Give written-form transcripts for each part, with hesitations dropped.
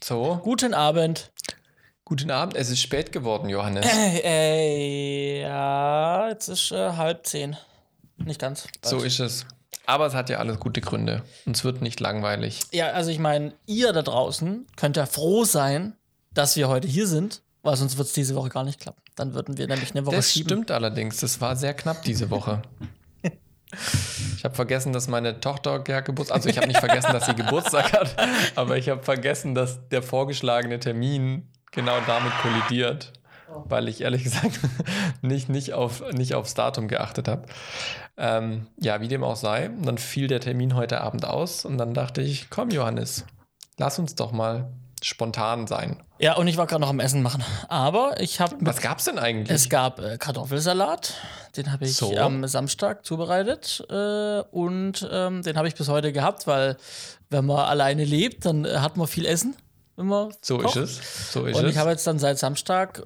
So, Guten Abend. guten Abend. Es ist spät geworden, Johannes. Ja, jetzt ist 9:30. Nicht ganz. So ist es. Aber es hat ja alles gute Gründe. Uns wird nicht langweilig. Ja, also ich meine, ihr da draußen könnt ja froh sein, dass wir heute hier sind, weil sonst wird es diese Woche gar nicht klappen. Dann würden wir nämlich eine Woche Das schieben. stimmt allerdings. Das war sehr knapp diese Woche. Ich habe vergessen, dass meine Tochter Geburtstag... Also ich habe nicht vergessen, dass sie Geburtstag hat, aber ich habe vergessen, dass der vorgeschlagene Termin genau damit kollidiert, weil ich ehrlich gesagt nicht aufs Datum geachtet habe. Ja, wie dem auch sei. Und dann fiel der Termin heute Abend aus und dann dachte ich, komm Johannes, lass uns doch mal spontan sein. Ja, und ich war gerade noch am Essen machen. Aber ich habe... Was gab's denn eigentlich? Es gab Kartoffelsalat. Den habe ich So. am Samstag zubereitet. Und den habe ich bis heute gehabt, weil wenn man alleine lebt, dann hat man viel Essen. Wenn man So kocht. ist es. So ist Und es. ich habe jetzt dann seit Sonntag,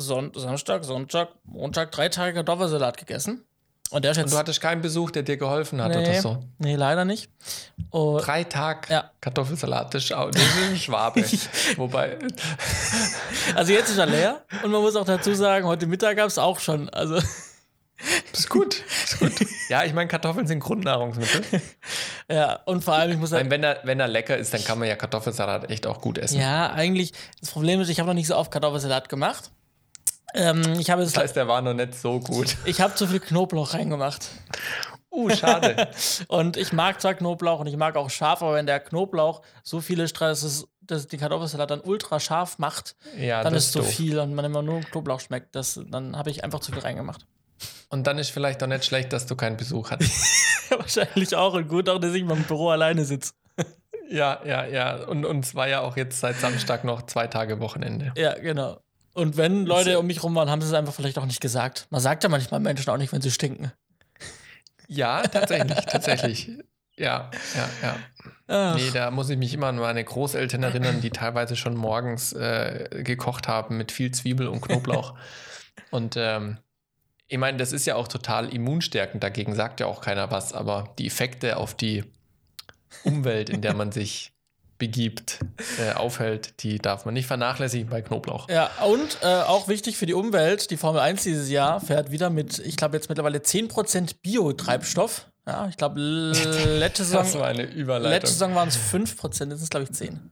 Montag 3 Tage Kartoffelsalat gegessen. Und der ist jetzt. Und du hattest keinen Besuch, der dir geholfen hat nee, oder so? Nee, leider nicht. Und 3 Tage Ja. Kartoffelsalat, das ist ein Schwabe. Wobei, also jetzt ist er leer. Und man muss auch dazu sagen, heute Mittag gab es auch schon. Also ist gut. Ist gut. Ja, ich meine, Kartoffeln sind Grundnahrungsmittel. ja, und vor allem, ich muss sagen. Wenn er lecker ist, dann kann man ja Kartoffelsalat echt auch gut essen. Ja, eigentlich, das Problem ist, ich habe noch nicht so oft Kartoffelsalat gemacht. Ich habe Das heißt, der war noch nicht so gut. Ich habe zu viel Knoblauch reingemacht. Schade. Und ich mag zwar Knoblauch und ich mag auch scharf, aber wenn der Knoblauch so viel ist, dass die Kartoffelsalat dann ultra scharf macht, Ja, dann das ist so doof. viel und man immer nur Knoblauch schmeckt. Dann habe ich einfach zu viel reingemacht. Und dann ist vielleicht auch nicht schlecht, dass du keinen Besuch hattest. Wahrscheinlich auch. Und gut auch, dass ich in meinem Büro alleine sitze. Ja. Und es war ja auch jetzt seit Samstag noch 2 Tage Wochenende. Ja, genau. Und wenn Leute um mich rum waren, haben sie es einfach vielleicht auch nicht gesagt. Man sagt ja manchmal Menschen auch nicht, wenn sie stinken. Ja, tatsächlich. Ja. Ach. Nee, da muss ich mich immer an meine Großeltern erinnern, die teilweise schon morgens gekocht haben mit viel Zwiebel und Knoblauch. Und ich meine, das ist ja auch total immunstärkend, dagegen sagt ja auch keiner was, aber die Effekte auf die Umwelt, in der man sich begibt, aufhält, die darf man nicht vernachlässigen bei Knoblauch. Ja, und auch wichtig für die Umwelt, die Formel 1 dieses Jahr fährt wieder mit, ich glaube jetzt mittlerweile 10% Biotreibstoff. Ja, ich glaube, letzte Das war eine Überleitung. Saison waren es 5%, jetzt sind es glaube ich 10.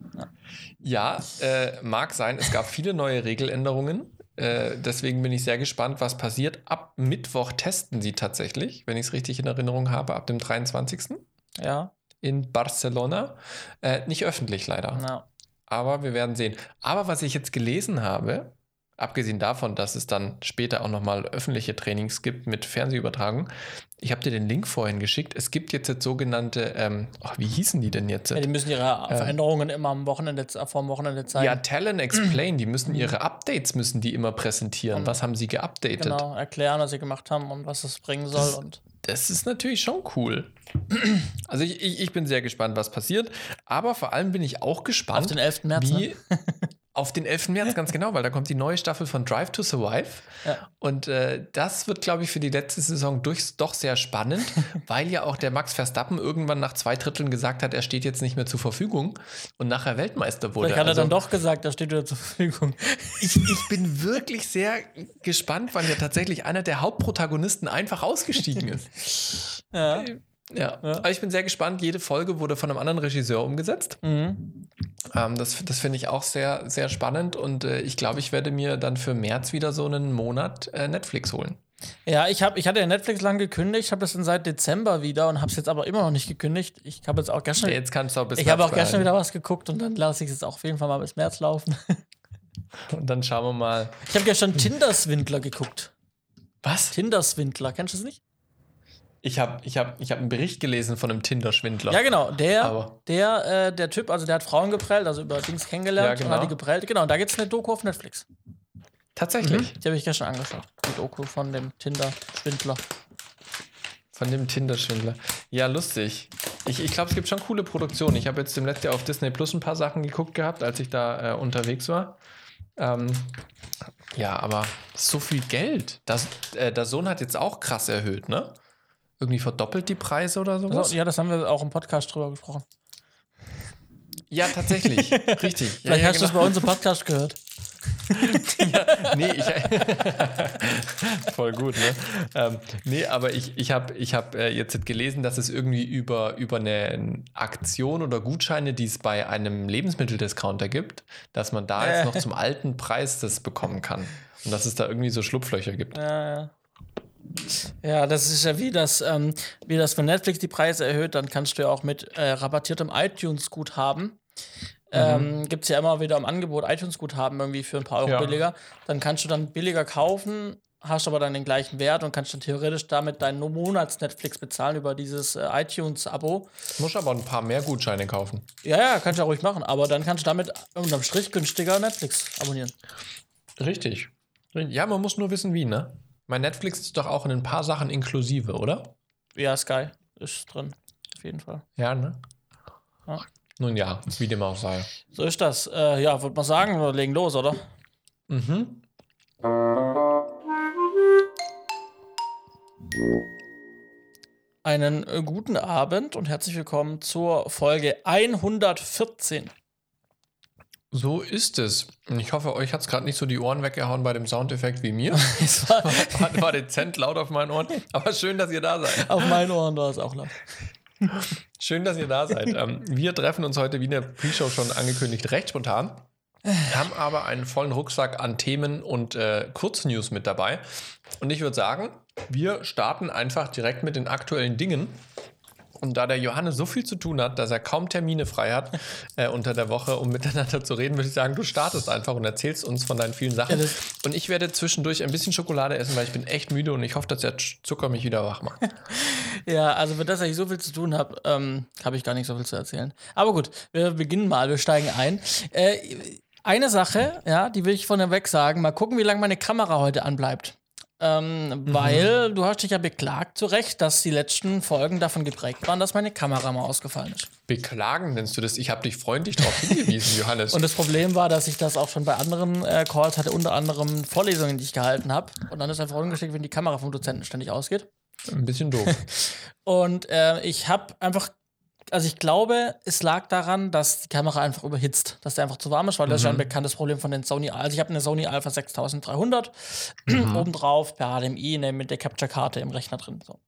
Ja, mag sein. Es gab viele neue Regeländerungen. Deswegen bin ich sehr gespannt, was passiert. Ab Mittwoch testen sie tatsächlich, wenn ich es richtig in Erinnerung habe, ab dem 23. Ja. in Barcelona. Nicht öffentlich leider. Ja. Aber wir werden sehen. Aber was ich jetzt gelesen habe, abgesehen davon, dass es dann später auch nochmal öffentliche Trainings gibt mit Fernsehübertragung, ich habe dir den Link vorhin geschickt. Es gibt jetzt sogenannte, wie hießen die denn jetzt? Ja, die müssen ihre Veränderungen immer vor dem Wochenende zeigen. Ja, Talent Explain, die müssen ihre Updates immer präsentieren. Was haben sie geupdatet? Genau, erklären, was sie gemacht haben und was es bringen soll. Das ist natürlich schon cool. Also ich bin sehr gespannt, was passiert. Aber vor allem bin ich auch gespannt. Auf den 11. März, ne? Auf den 11. März, ganz genau, weil da kommt die neue Staffel von Drive to Survive. Ja. Und das wird, glaube ich, für die letzte Saison doch sehr spannend, weil ja auch der Max Verstappen irgendwann nach 2 Dritteln gesagt hat, er steht jetzt nicht mehr zur Verfügung und nachher Weltmeister wurde. Vielleicht hat er dann doch gesagt, er steht wieder zur Verfügung. Ich bin wirklich sehr gespannt, weil ja tatsächlich einer der Hauptprotagonisten einfach ausgestiegen ist. Ja. Ja, aber ich bin sehr gespannt. Jede Folge wurde von einem anderen Regisseur umgesetzt. Das finde ich auch sehr, sehr spannend und ich glaube, ich werde mir dann für März wieder so einen Monat Netflix holen. Ja, ich hatte ja Netflix lang gekündigt, ich habe das dann seit Dezember wieder und habe es jetzt aber immer noch nicht gekündigt. Ich habe jetzt auch gestern, Jetzt kannst du auch bis ich habe März auch gestern behalten. wieder was geguckt und dann lasse ich es jetzt auch auf jeden Fall mal bis März laufen. Und dann schauen wir mal. Ich habe gestern Tinder-Swindler geguckt. Was? Tinder-Swindler, kennst du das nicht? Ich hab einen Bericht gelesen von einem Tinder-Schwindler. Ja, genau. Aber- Der Typ, also der hat Frauen geprellt, also über Dings kennengelernt Ja, genau. und hat die geprellt. Genau, und da gibt es eine Doku auf Netflix. Tatsächlich. Die habe ich gestern angeschaut. Die Doku von dem Tinder-Schwindler. Von dem Tinder-Schwindler. Ja, lustig. Ich glaube, es gibt schon coole Produktionen. Ich habe jetzt im letzten Jahr auf Disney Plus ein paar Sachen geguckt gehabt, als ich da unterwegs war. Ja, aber so viel Geld. Der Sohn hat jetzt auch krass erhöht, ne? Irgendwie verdoppelt die Preise oder sowas? Ja, das haben wir auch im Podcast drüber gesprochen. Ja, tatsächlich. Richtig. Vielleicht ja, hast du es bei uns im Podcast gehört. Nee, voll gut, ne? Nee, aber ich hab jetzt gelesen, dass es irgendwie über eine Aktion oder Gutscheine, die es bei einem Lebensmitteldiscounter gibt, dass man da jetzt noch zum alten Preis das bekommen kann. Und dass es da irgendwie so Schlupflöcher gibt. Ja, das ist ja wie das von Netflix die Preise erhöht, dann kannst du ja auch mit rabattiertem iTunes-Guthaben. Gibt es ja immer wieder im Angebot iTunes-Guthaben irgendwie für ein paar Euro billiger. Dann kannst du dann billiger kaufen, hast aber dann den gleichen Wert und kannst dann theoretisch damit deinen Monats-Netflix bezahlen über dieses iTunes-Abo. Musst aber ein paar mehr Gutscheine kaufen. Ja, kannst du ja ruhig machen, aber dann kannst du damit unterm Strich günstiger Netflix abonnieren. Richtig. Ja, man muss nur wissen, wie, ne? Mein Netflix ist doch auch in ein paar Sachen inklusive, oder? Ja, Sky ist drin, auf jeden Fall. Ja, ne? Ja. Nun ja, wie dem auch sei. So ist das. Ja, würde man sagen, wir legen los, oder? Mhm. Einen guten Abend und herzlich willkommen zur Folge 114. So ist es. Ich hoffe, euch hat es gerade nicht so die Ohren weggehauen bei dem Soundeffekt wie mir. Es war dezent laut auf meinen Ohren. Aber schön, dass ihr da seid. auf meinen Ohren war es auch laut. Schön, dass ihr da seid. Wir treffen uns heute, wie in der Pre-Show schon angekündigt, recht spontan. Haben aber einen vollen Rucksack an Themen und Kurznews mit dabei. Und ich würde sagen, wir starten einfach direkt mit den aktuellen Dingen. Und da der Johannes so viel zu tun hat, dass er kaum Termine frei hat unter der Woche, um miteinander zu reden, würde ich sagen, du startest einfach und erzählst uns von deinen vielen Sachen. Ja, und ich werde zwischendurch ein bisschen Schokolade essen, weil ich bin echt müde und ich hoffe, dass der Zucker mich wieder wach macht. Ja, also für das, dass ich so viel zu tun habe, habe ich gar nicht so viel zu erzählen. Aber gut, wir beginnen mal, wir steigen ein. Eine Sache, ja, die will ich von weg sagen. Mal gucken, wie lange meine Kamera heute anbleibt. Weil du hast dich ja beklagt, zu Recht, dass die letzten Folgen davon geprägt waren, dass meine Kamera mal ausgefallen ist. Beklagen nennst du das? Ich habe dich freundlich darauf hingewiesen, Johannes. Und das Problem war, dass ich das auch schon bei anderen Calls hatte, unter anderem Vorlesungen, die ich gehalten habe. Und dann ist einfach ungeschickt, wenn die Kamera vom Dozenten ständig ausgeht. Ein bisschen doof. Und ich habe einfach, also ich glaube, es lag daran, dass die Kamera einfach überhitzt, dass der einfach zu warm ist, weil das ist ja ein bekanntes Problem von den Sony. Also ich habe eine Sony Alpha 6300 obendrauf per HDMI mit der Capture-Karte im Rechner drin. So.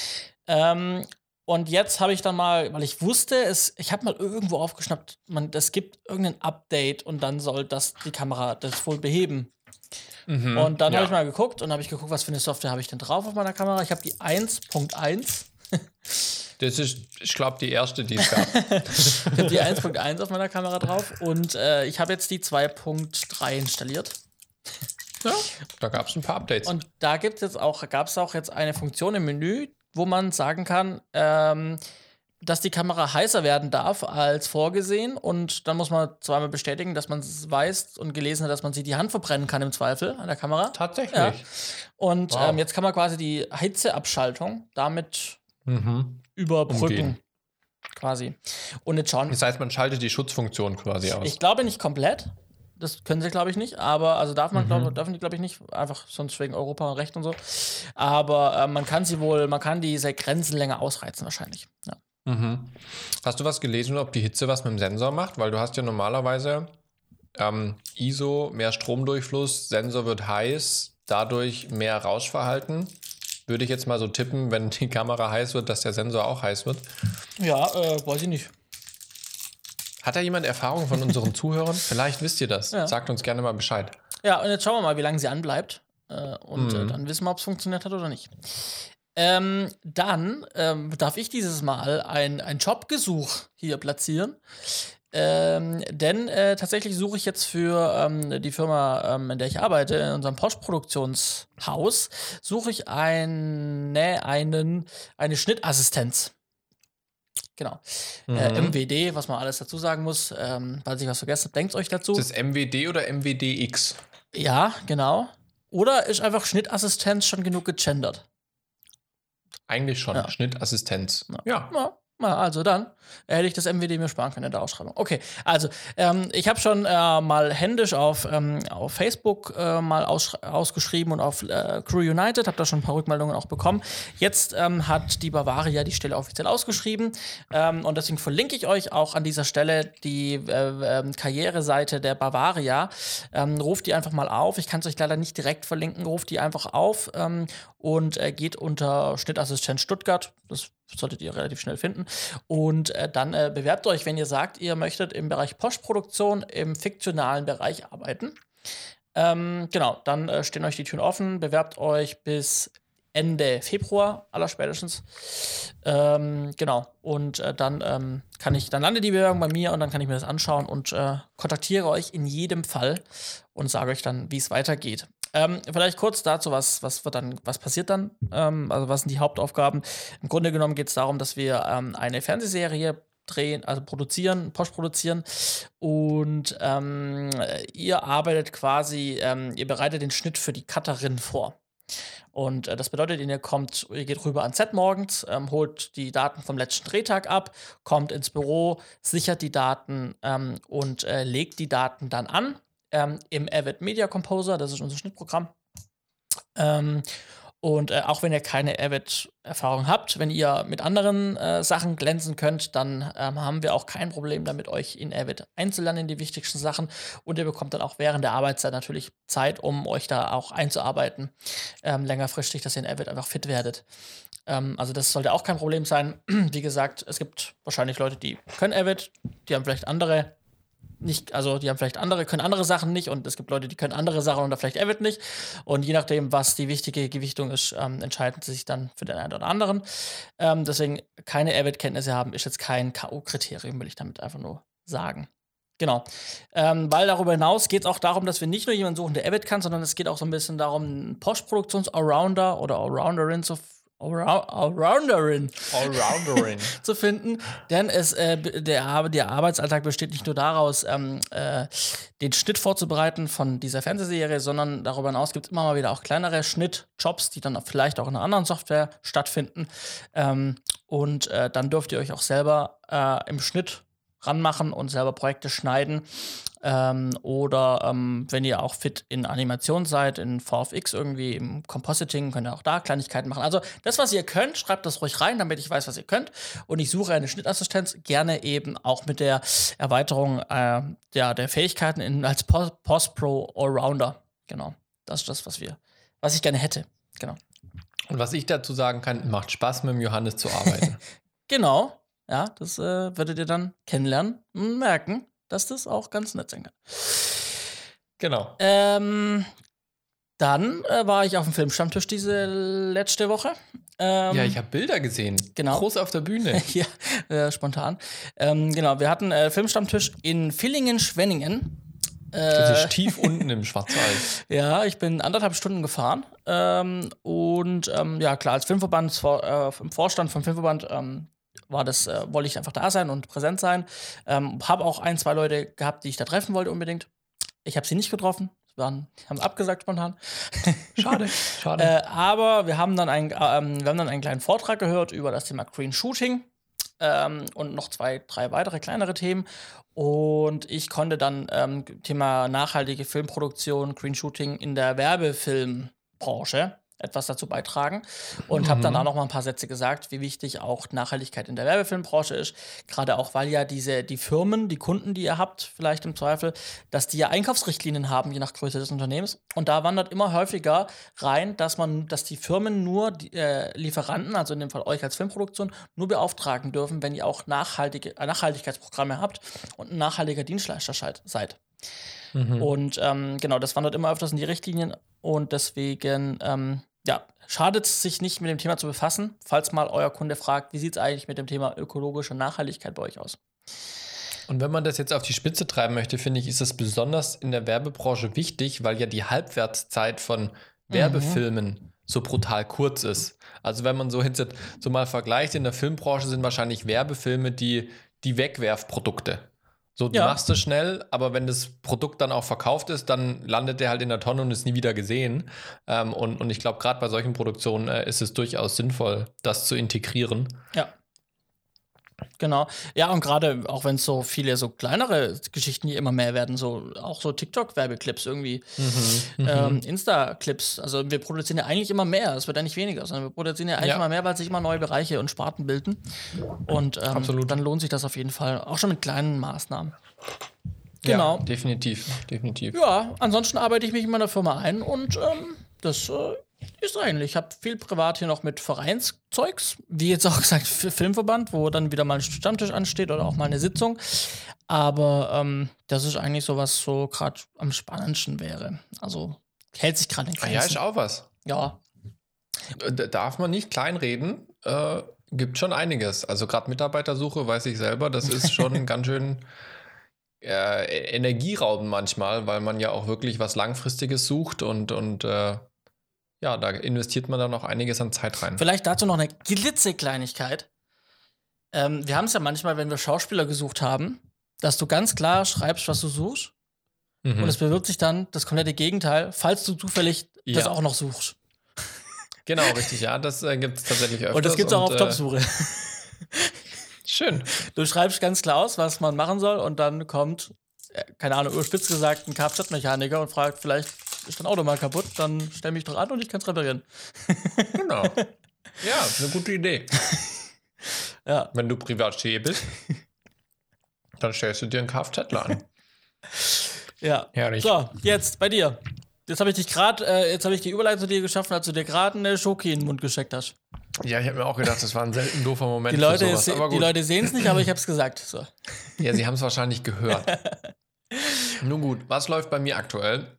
Und jetzt habe ich dann mal, weil ich wusste, ich habe mal irgendwo aufgeschnappt, es gibt irgendein Update und dann soll die Kamera das wohl beheben. Und dann habe ich mal geguckt was für eine Software habe ich denn drauf auf meiner Kamera. Ich habe die 1.1. Das ist, ich glaube, die erste, die es gab. Ich habe die 1.1 auf meiner Kamera drauf und ich habe jetzt die 2.3 installiert. Ja, da gab es ein paar Updates. Und da gab es auch jetzt eine Funktion im Menü, wo man sagen kann, dass die Kamera heißer werden darf als vorgesehen. Und dann muss man zweimal bestätigen, dass man es weiß und gelesen hat, dass man sich die Hand verbrennen kann im Zweifel an der Kamera. Tatsächlich. Ja. Und jetzt kann man quasi die Hitzeabschaltung damit überbrücken. Umgehen. Quasi. Und jetzt schauen. Das heißt, man schaltet die Schutzfunktion quasi aus. Ich glaube nicht komplett. Das können sie, glaube ich, nicht. Aber, also dürfen die, glaube ich, nicht. Einfach sonst wegen Europa und Recht und so. Aber man kann diese Grenzen länger ausreizen wahrscheinlich. Ja. Hast du was gelesen, ob die Hitze was mit dem Sensor macht? Weil du hast ja normalerweise ISO, mehr Stromdurchfluss, Sensor wird heiß, dadurch mehr Rauschverhalten. Würde ich jetzt mal so tippen, wenn die Kamera heiß wird, dass der Sensor auch heiß wird? Ja, weiß ich nicht. Hat da jemand Erfahrung von unseren Zuhörern? Vielleicht wisst ihr das. Ja. Sagt uns gerne mal Bescheid. Ja, und jetzt schauen wir mal, wie lange sie anbleibt. Dann wissen wir, ob es funktioniert hat oder nicht. Dann darf ich dieses Mal ein Jobgesuch hier platzieren. Denn tatsächlich suche ich jetzt für die Firma, in der ich arbeite, in unserem Postproduktionshaus, suche ich eine Schnittassistenz. Genau. MWD, was man alles dazu sagen muss. Falls ich was vergessen habe, denkt euch dazu. Ist das MWD oder MWDX? Ja, genau. Oder ist einfach Schnittassistenz schon genug gegendert? Eigentlich schon. Ja. Schnittassistenz. Ja. Na, also dann hätte ich das MWD mir sparen können in der Ausschreibung. Okay, also ich habe schon mal händisch auf Facebook mal ausgeschrieben und auf Crew United, habe da schon ein paar Rückmeldungen auch bekommen. Jetzt hat die Bavaria die Stelle offiziell ausgeschrieben und deswegen verlinke ich euch auch an dieser Stelle die Karriereseite der Bavaria. Ruft die einfach mal auf. Ich kann es euch leider nicht direkt verlinken. Ruft die einfach auf und geht unter Schnittassistent Stuttgart. Das solltet ihr relativ schnell finden. Und dann bewerbt euch, wenn ihr sagt, ihr möchtet im Bereich Postproduktion im fiktionalen Bereich arbeiten. Genau, dann stehen euch die Türen offen. Bewerbt euch bis Ende Februar allerspätestens. Genau. Und dann landet die Bewerbung bei mir und dann kann ich mir das anschauen und kontaktiere euch in jedem Fall und sage euch dann, wie es weitergeht. Vielleicht kurz dazu, was passiert dann? Also was sind die Hauptaufgaben? Im Grunde genommen geht es darum, dass wir eine Fernsehserie drehen, also postproduzieren und ihr arbeitet quasi, ihr bereitet den Schnitt für die Cutterin vor. Und das bedeutet, ihr geht rüber ans Set morgens, holt die Daten vom letzten Drehtag ab, kommt ins Büro, sichert die Daten und legt die Daten dann an. Im Avid Media Composer, das ist unser Schnittprogramm. Und auch wenn ihr keine Avid-Erfahrung habt, wenn ihr mit anderen Sachen glänzen könnt, dann haben wir auch kein Problem damit, euch in Avid einzulernen, in die wichtigsten Sachen. Und ihr bekommt dann auch während der Arbeitszeit natürlich Zeit, um euch da auch einzuarbeiten, längerfristig, dass ihr in Avid einfach fit werdet. Also das sollte auch kein Problem sein. Wie gesagt, es gibt wahrscheinlich Leute, die können Avid, die haben vielleicht andere können andere Sachen nicht und es gibt Leute, die können andere Sachen und da vielleicht Avid nicht. Und je nachdem, was die wichtige Gewichtung ist, entscheiden sie sich dann für den einen oder anderen. Deswegen keine Avid-Kenntnisse haben, ist jetzt kein K.O.-Kriterium, will ich damit einfach nur sagen. Genau. Weil darüber hinaus geht es auch darum, dass wir nicht nur jemanden suchen, der Avid kann, sondern es geht auch so ein bisschen darum, einen Postproduktions-Allrounder oder Allrounderin zu finden, denn der Arbeitsalltag besteht nicht nur daraus, den Schnitt vorzubereiten von dieser Fernsehserie, sondern darüber hinaus gibt es immer mal wieder auch kleinere Schnittjobs, die dann vielleicht auch in einer anderen Software stattfinden. Und dann dürft ihr euch auch selber im Schnitt ranmachen und selber Projekte schneiden. Oder wenn ihr auch fit in Animation seid, in VFX irgendwie, im Compositing, könnt ihr auch da Kleinigkeiten machen. Also das, was ihr könnt, schreibt das ruhig rein, damit ich weiß, was ihr könnt. Und ich suche eine Schnittassistenz, gerne eben auch mit der Erweiterung der Fähigkeiten als Post-Pro Allrounder. Genau, das ist das, was ich gerne hätte. Genau. Und was ich dazu sagen kann, macht Spaß, mit dem Johannes zu arbeiten. Genau, ja, das werdet ihr dann kennenlernen und merken, dass das auch ganz nett sein kann. Genau. Dann war ich auf dem Filmstammtisch diese letzte Woche. Ja, ich habe Bilder gesehen. Genau. Groß auf der Bühne. Ja, spontan. Genau, wir hatten Filmstammtisch in Villingen-Schwenningen. Das ist tief unten im Schwarzwald. Ja, ich bin 1,5 Stunden gefahren. Ja, klar, als Filmverband, im Vorstand vom Filmverband, wollte ich einfach da sein und präsent sein. Habe auch 1, 2 Leute gehabt, die ich da treffen wollte unbedingt. Ich habe sie nicht getroffen. Die haben abgesagt spontan. Schade. Aber wir haben dann einen kleinen Vortrag gehört über das Thema Green Shooting und noch 2, 3 weitere kleinere Themen. Und ich konnte dann Thema nachhaltige Filmproduktion, Green Shooting in der Werbefilmbranche etwas dazu beitragen und habe dann auch noch mal ein paar Sätze gesagt, wie wichtig auch Nachhaltigkeit in der Werbefilmbranche ist. Gerade auch, weil ja die Firmen, die Kunden, die ihr habt, vielleicht im Zweifel, dass die ja Einkaufsrichtlinien haben, je nach Größe des Unternehmens. Und da wandert immer häufiger rein, dass die Firmen nur die Lieferanten, also in dem Fall euch als Filmproduktion, nur beauftragen dürfen, wenn ihr auch Nachhaltigkeitsprogramme habt und ein nachhaltiger Dienstleister seid. Und genau, das wandert immer öfters in die Richtlinien und deswegen schadet es sich nicht, mit dem Thema zu befassen, falls mal euer Kunde fragt, wie sieht es eigentlich mit dem Thema ökologische Nachhaltigkeit bei euch aus? Und wenn man das jetzt auf die Spitze treiben möchte, finde ich, ist das besonders in der Werbebranche wichtig, weil ja die Halbwertszeit von Werbefilmen so brutal kurz ist. Also wenn man so mal vergleicht, in der Filmbranche sind wahrscheinlich Werbefilme die Wegwerfprodukte. So, du machst es schnell, aber wenn das Produkt dann auch verkauft ist, dann landet der halt in der Tonne und ist nie wieder gesehen. Und ich glaube, gerade bei solchen Produktionen ist es durchaus sinnvoll, das zu integrieren. Ja. Genau. Ja, und gerade auch wenn es so viele so kleinere Geschichten hier immer mehr werden, so auch so TikTok-Werbeclips irgendwie, Insta-Clips. Also wir produzieren ja eigentlich immer mehr, es wird ja nicht weniger, sondern wir produzieren ja eigentlich immer mehr, weil sich immer neue Bereiche und Sparten bilden. Und Absolut. dann lohnt sich das auf jeden Fall, auch schon mit kleinen Maßnahmen. Genau. Ja, definitiv. Ja, ansonsten arbeite ich mich in meiner Firma ein und das ist eigentlich. Ich habe viel privat hier noch mit Vereinszeugs, wie jetzt auch gesagt, für Filmverband, wo dann wieder mal ein Stammtisch ansteht oder auch mal eine Sitzung. Aber das ist eigentlich so, was so gerade am spannendsten wäre. Also hält sich gerade in Grenzen. Ja, ist auch was. Ja. Darf man nicht kleinreden. Gibt schon einiges. Also gerade Mitarbeitersuche, weiß ich selber, das ist schon ganz schön energieraubend manchmal, weil man ja auch wirklich was Langfristiges sucht und ja, da investiert man dann noch einiges an Zeit rein. Vielleicht dazu noch eine glitzekleinigkeit. Wir haben es ja manchmal, wenn wir Schauspieler gesucht haben, dass du ganz klar schreibst, was du suchst. Und es bewirbt sich dann das komplette Gegenteil, falls du zufällig das auch noch suchst. Genau, richtig, ja, das gibt es tatsächlich öfters. Und das gibt es auch auf Jobsuche. Schön. Du schreibst ganz klar aus, was man machen soll und dann kommt, keine Ahnung, überspitzt gesagt, ein Kfz-Mechaniker und fragt, vielleicht ist dein Auto mal kaputt, dann stell mich doch an und ich kann es reparieren. Genau. Ja, eine gute Idee. Ja. Wenn du Privatier bist, dann stellst du dir einen Kfzler an. Ja. Herrlich. So, jetzt bei dir. Jetzt habe ich die Überleitung zu dir geschaffen, als du dir gerade eine Schoki in den Mund gesteckt hast. Ja, ich habe mir auch gedacht, das war ein selten doofer Moment. Die Leute sehen es nicht, aber ich habe es gesagt. So. Ja, sie haben es wahrscheinlich gehört. Nun gut, was läuft bei mir aktuell?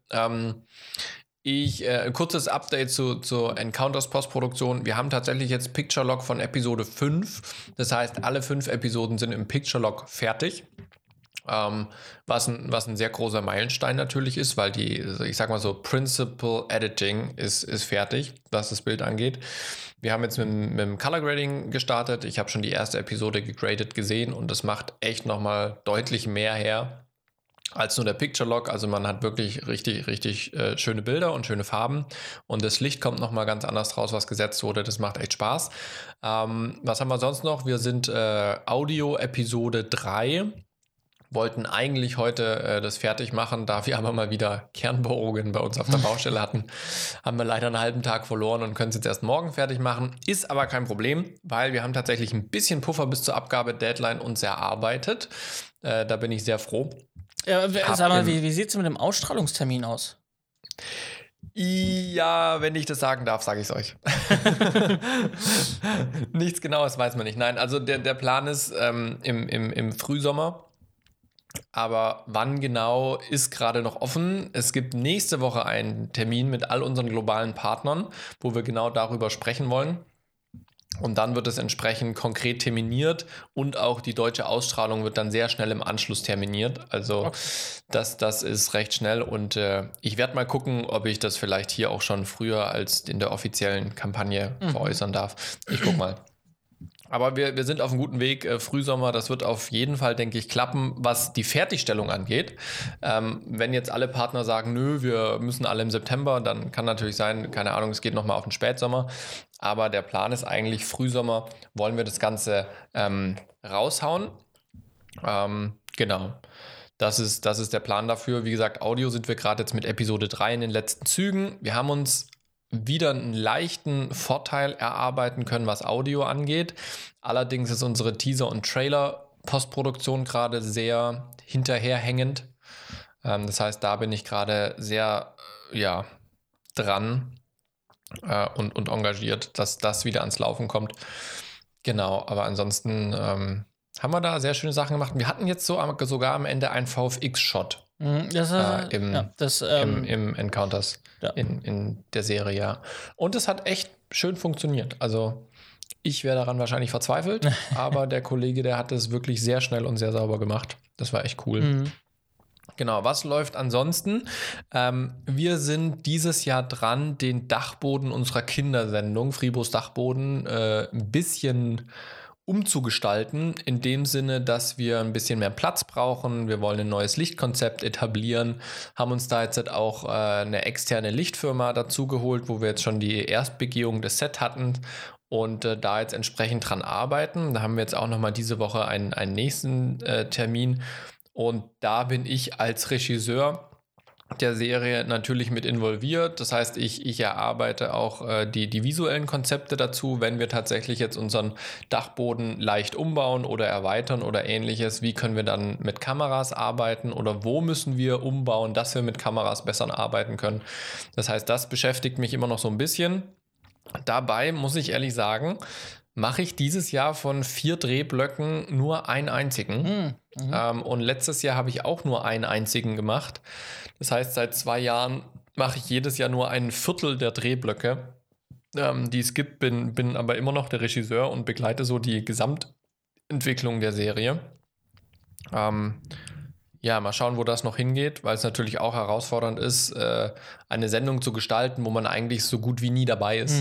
Kurzes Update zur Encounters Postproduktion. Wir haben tatsächlich jetzt Picture Log von Episode 5. Das heißt, alle 5 Episoden sind im Picture Log fertig. Was ein sehr großer Meilenstein natürlich ist, weil ich sag mal so, Principal Editing ist fertig, was das Bild angeht. Wir haben jetzt mit dem Color Grading gestartet. Ich habe schon die erste Episode gegradet gesehen und das macht echt nochmal deutlich mehr her als nur der Picture Log. Also man hat wirklich richtig schöne Bilder und schöne Farben und das Licht kommt nochmal ganz anders raus, was gesetzt wurde. Das macht echt Spaß. Was haben wir sonst noch? Wir sind Audio Episode 3. Wollten eigentlich heute das fertig machen, da wir aber mal wieder Kernbohrungen bei uns auf der Baustelle hatten, haben wir leider einen halben Tag verloren und können es jetzt erst morgen fertig machen. Ist aber kein Problem, weil wir haben tatsächlich ein bisschen Puffer bis zur Abgabe-Deadline uns erarbeitet. Da bin ich sehr froh. Ja, sag mal, wie sieht es mit dem Ausstrahlungstermin aus? Ja, wenn ich das sagen darf, sage ich es euch. Nichts Genaues weiß man nicht. Nein, also der Plan ist im Frühsommer. Aber wann genau ist gerade noch offen. Es gibt nächste Woche einen Termin mit all unseren globalen Partnern, wo wir genau darüber sprechen wollen. Und dann wird es entsprechend konkret terminiert und auch die deutsche Ausstrahlung wird dann sehr schnell im Anschluss terminiert. Also okay. Das ist recht schnell und ich werde mal gucken, ob ich das vielleicht hier auch schon früher als in der offiziellen Kampagne veräußern darf. Ich guck mal. Aber wir sind auf einem guten Weg. Frühsommer, das wird auf jeden Fall, denke ich, klappen, was die Fertigstellung angeht. Wenn jetzt alle Partner sagen, nö, wir müssen alle im September, dann kann natürlich sein, keine Ahnung, es geht nochmal auf den Spätsommer. Aber der Plan ist eigentlich, Frühsommer wollen wir das Ganze raushauen. Genau. Das ist der Plan dafür. Wie gesagt, Audio sind wir gerade jetzt mit Episode 3 in den letzten Zügen. Wir haben uns wieder einen leichten Vorteil erarbeiten können, was Audio angeht. Allerdings ist unsere Teaser- und Trailer-Postproduktion gerade sehr hinterherhängend. Das heißt, da bin ich gerade sehr dran und engagiert, dass das wieder ans Laufen kommt. Genau, aber ansonsten haben wir da sehr schöne Sachen gemacht. Wir hatten jetzt sogar am Ende einen VFX-Shot. Im Encounters in der Serie, ja. Und es hat echt schön funktioniert. Also ich wäre daran wahrscheinlich verzweifelt, aber der Kollege, der hat es wirklich sehr schnell und sehr sauber gemacht. Das war echt cool. Genau, was läuft ansonsten? Wir sind dieses Jahr dran, den Dachboden unserer Kindersendung, Fribos Dachboden, ein bisschen umzugestalten, in dem Sinne, dass wir ein bisschen mehr Platz brauchen. Wir wollen ein neues Lichtkonzept etablieren, haben uns da jetzt auch eine externe Lichtfirma dazu geholt, wo wir jetzt schon die Erstbegehung des Sets hatten und da jetzt entsprechend dran arbeiten. Da haben wir jetzt auch nochmal diese Woche einen nächsten Termin und da bin ich als Regisseur der Serie natürlich mit involviert. Das heißt, ich erarbeite auch die visuellen Konzepte dazu, wenn wir tatsächlich jetzt unseren Dachboden leicht umbauen oder erweitern oder ähnliches. Wie können wir dann mit Kameras arbeiten oder wo müssen wir umbauen, dass wir mit Kameras besser arbeiten können. Das heißt, das beschäftigt mich immer noch so ein bisschen. Dabei muss ich ehrlich sagen, mache ich dieses Jahr von 4 Drehblöcken nur einen einzigen. Und letztes Jahr habe ich auch nur einen einzigen gemacht. Das heißt, seit 2 Jahren mache ich jedes Jahr nur ein Viertel der Drehblöcke, die es gibt, bin aber immer noch der Regisseur und begleite so die Gesamtentwicklung der Serie. Ja, mal schauen, wo das noch hingeht, weil es natürlich auch herausfordernd ist, eine Sendung zu gestalten, wo man eigentlich so gut wie nie dabei ist.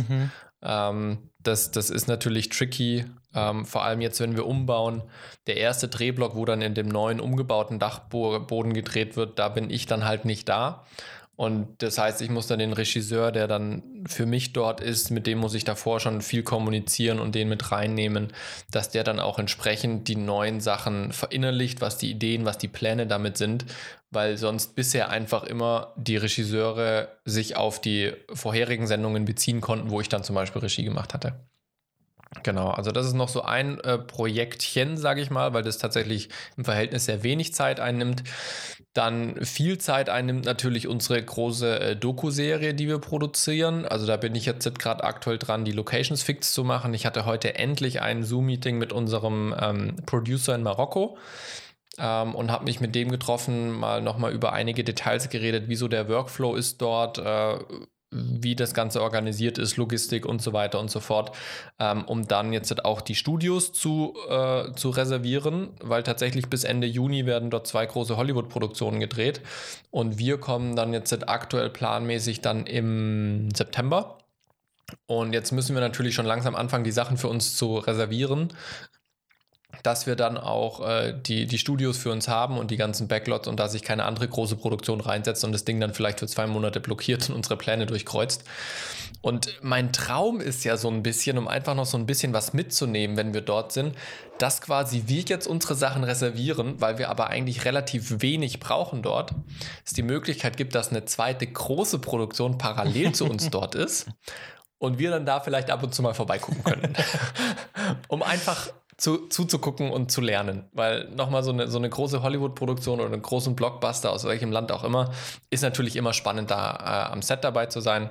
Das ist natürlich tricky, vor allem jetzt, wenn wir umbauen. Der erste Drehblock, wo dann in dem neuen umgebauten Dachboden gedreht wird, da bin ich dann halt nicht da. Und das heißt, ich muss dann den Regisseur, der dann für mich dort ist, mit dem muss ich davor schon viel kommunizieren und den mit reinnehmen, dass der dann auch entsprechend die neuen Sachen verinnerlicht, was die Ideen, was die Pläne damit sind, weil sonst bisher einfach immer die Regisseure sich auf die vorherigen Sendungen beziehen konnten, wo ich dann zum Beispiel Regie gemacht hatte. Genau, also das ist noch so ein Projektchen, sage ich mal, weil das tatsächlich im Verhältnis sehr wenig Zeit einnimmt. Dann viel Zeit einnimmt natürlich unsere große Doku-Serie, die wir produzieren. Also da bin ich jetzt gerade aktuell dran, die Locations fix zu machen. Ich hatte heute endlich ein Zoom-Meeting mit unserem Producer in Marokko und habe mich mit dem getroffen, mal nochmal über einige Details geredet, wieso der Workflow ist dort, wie das Ganze organisiert ist, Logistik und so weiter und so fort, um dann jetzt auch die Studios zu reservieren, weil tatsächlich bis Ende Juni werden dort 2 große Hollywood-Produktionen gedreht und wir kommen dann jetzt aktuell planmäßig dann im September und jetzt müssen wir natürlich schon langsam anfangen, die Sachen für uns zu reservieren, dass wir dann auch die Studios für uns haben und die ganzen Backlots und da sich keine andere große Produktion reinsetzt und das Ding dann vielleicht für 2 Monate blockiert und unsere Pläne durchkreuzt. Und mein Traum ist ja so ein bisschen, um einfach noch so ein bisschen was mitzunehmen, wenn wir dort sind, dass quasi wir jetzt unsere Sachen reservieren, weil wir aber eigentlich relativ wenig brauchen dort, es die Möglichkeit gibt, dass eine zweite große Produktion parallel zu uns dort ist und wir dann da vielleicht ab und zu mal vorbeigucken können. Um einfach zuzugucken und zu lernen, weil nochmal so eine große Hollywood-Produktion oder einen großen Blockbuster aus welchem Land auch immer, ist natürlich immer spannend, da am Set dabei zu sein.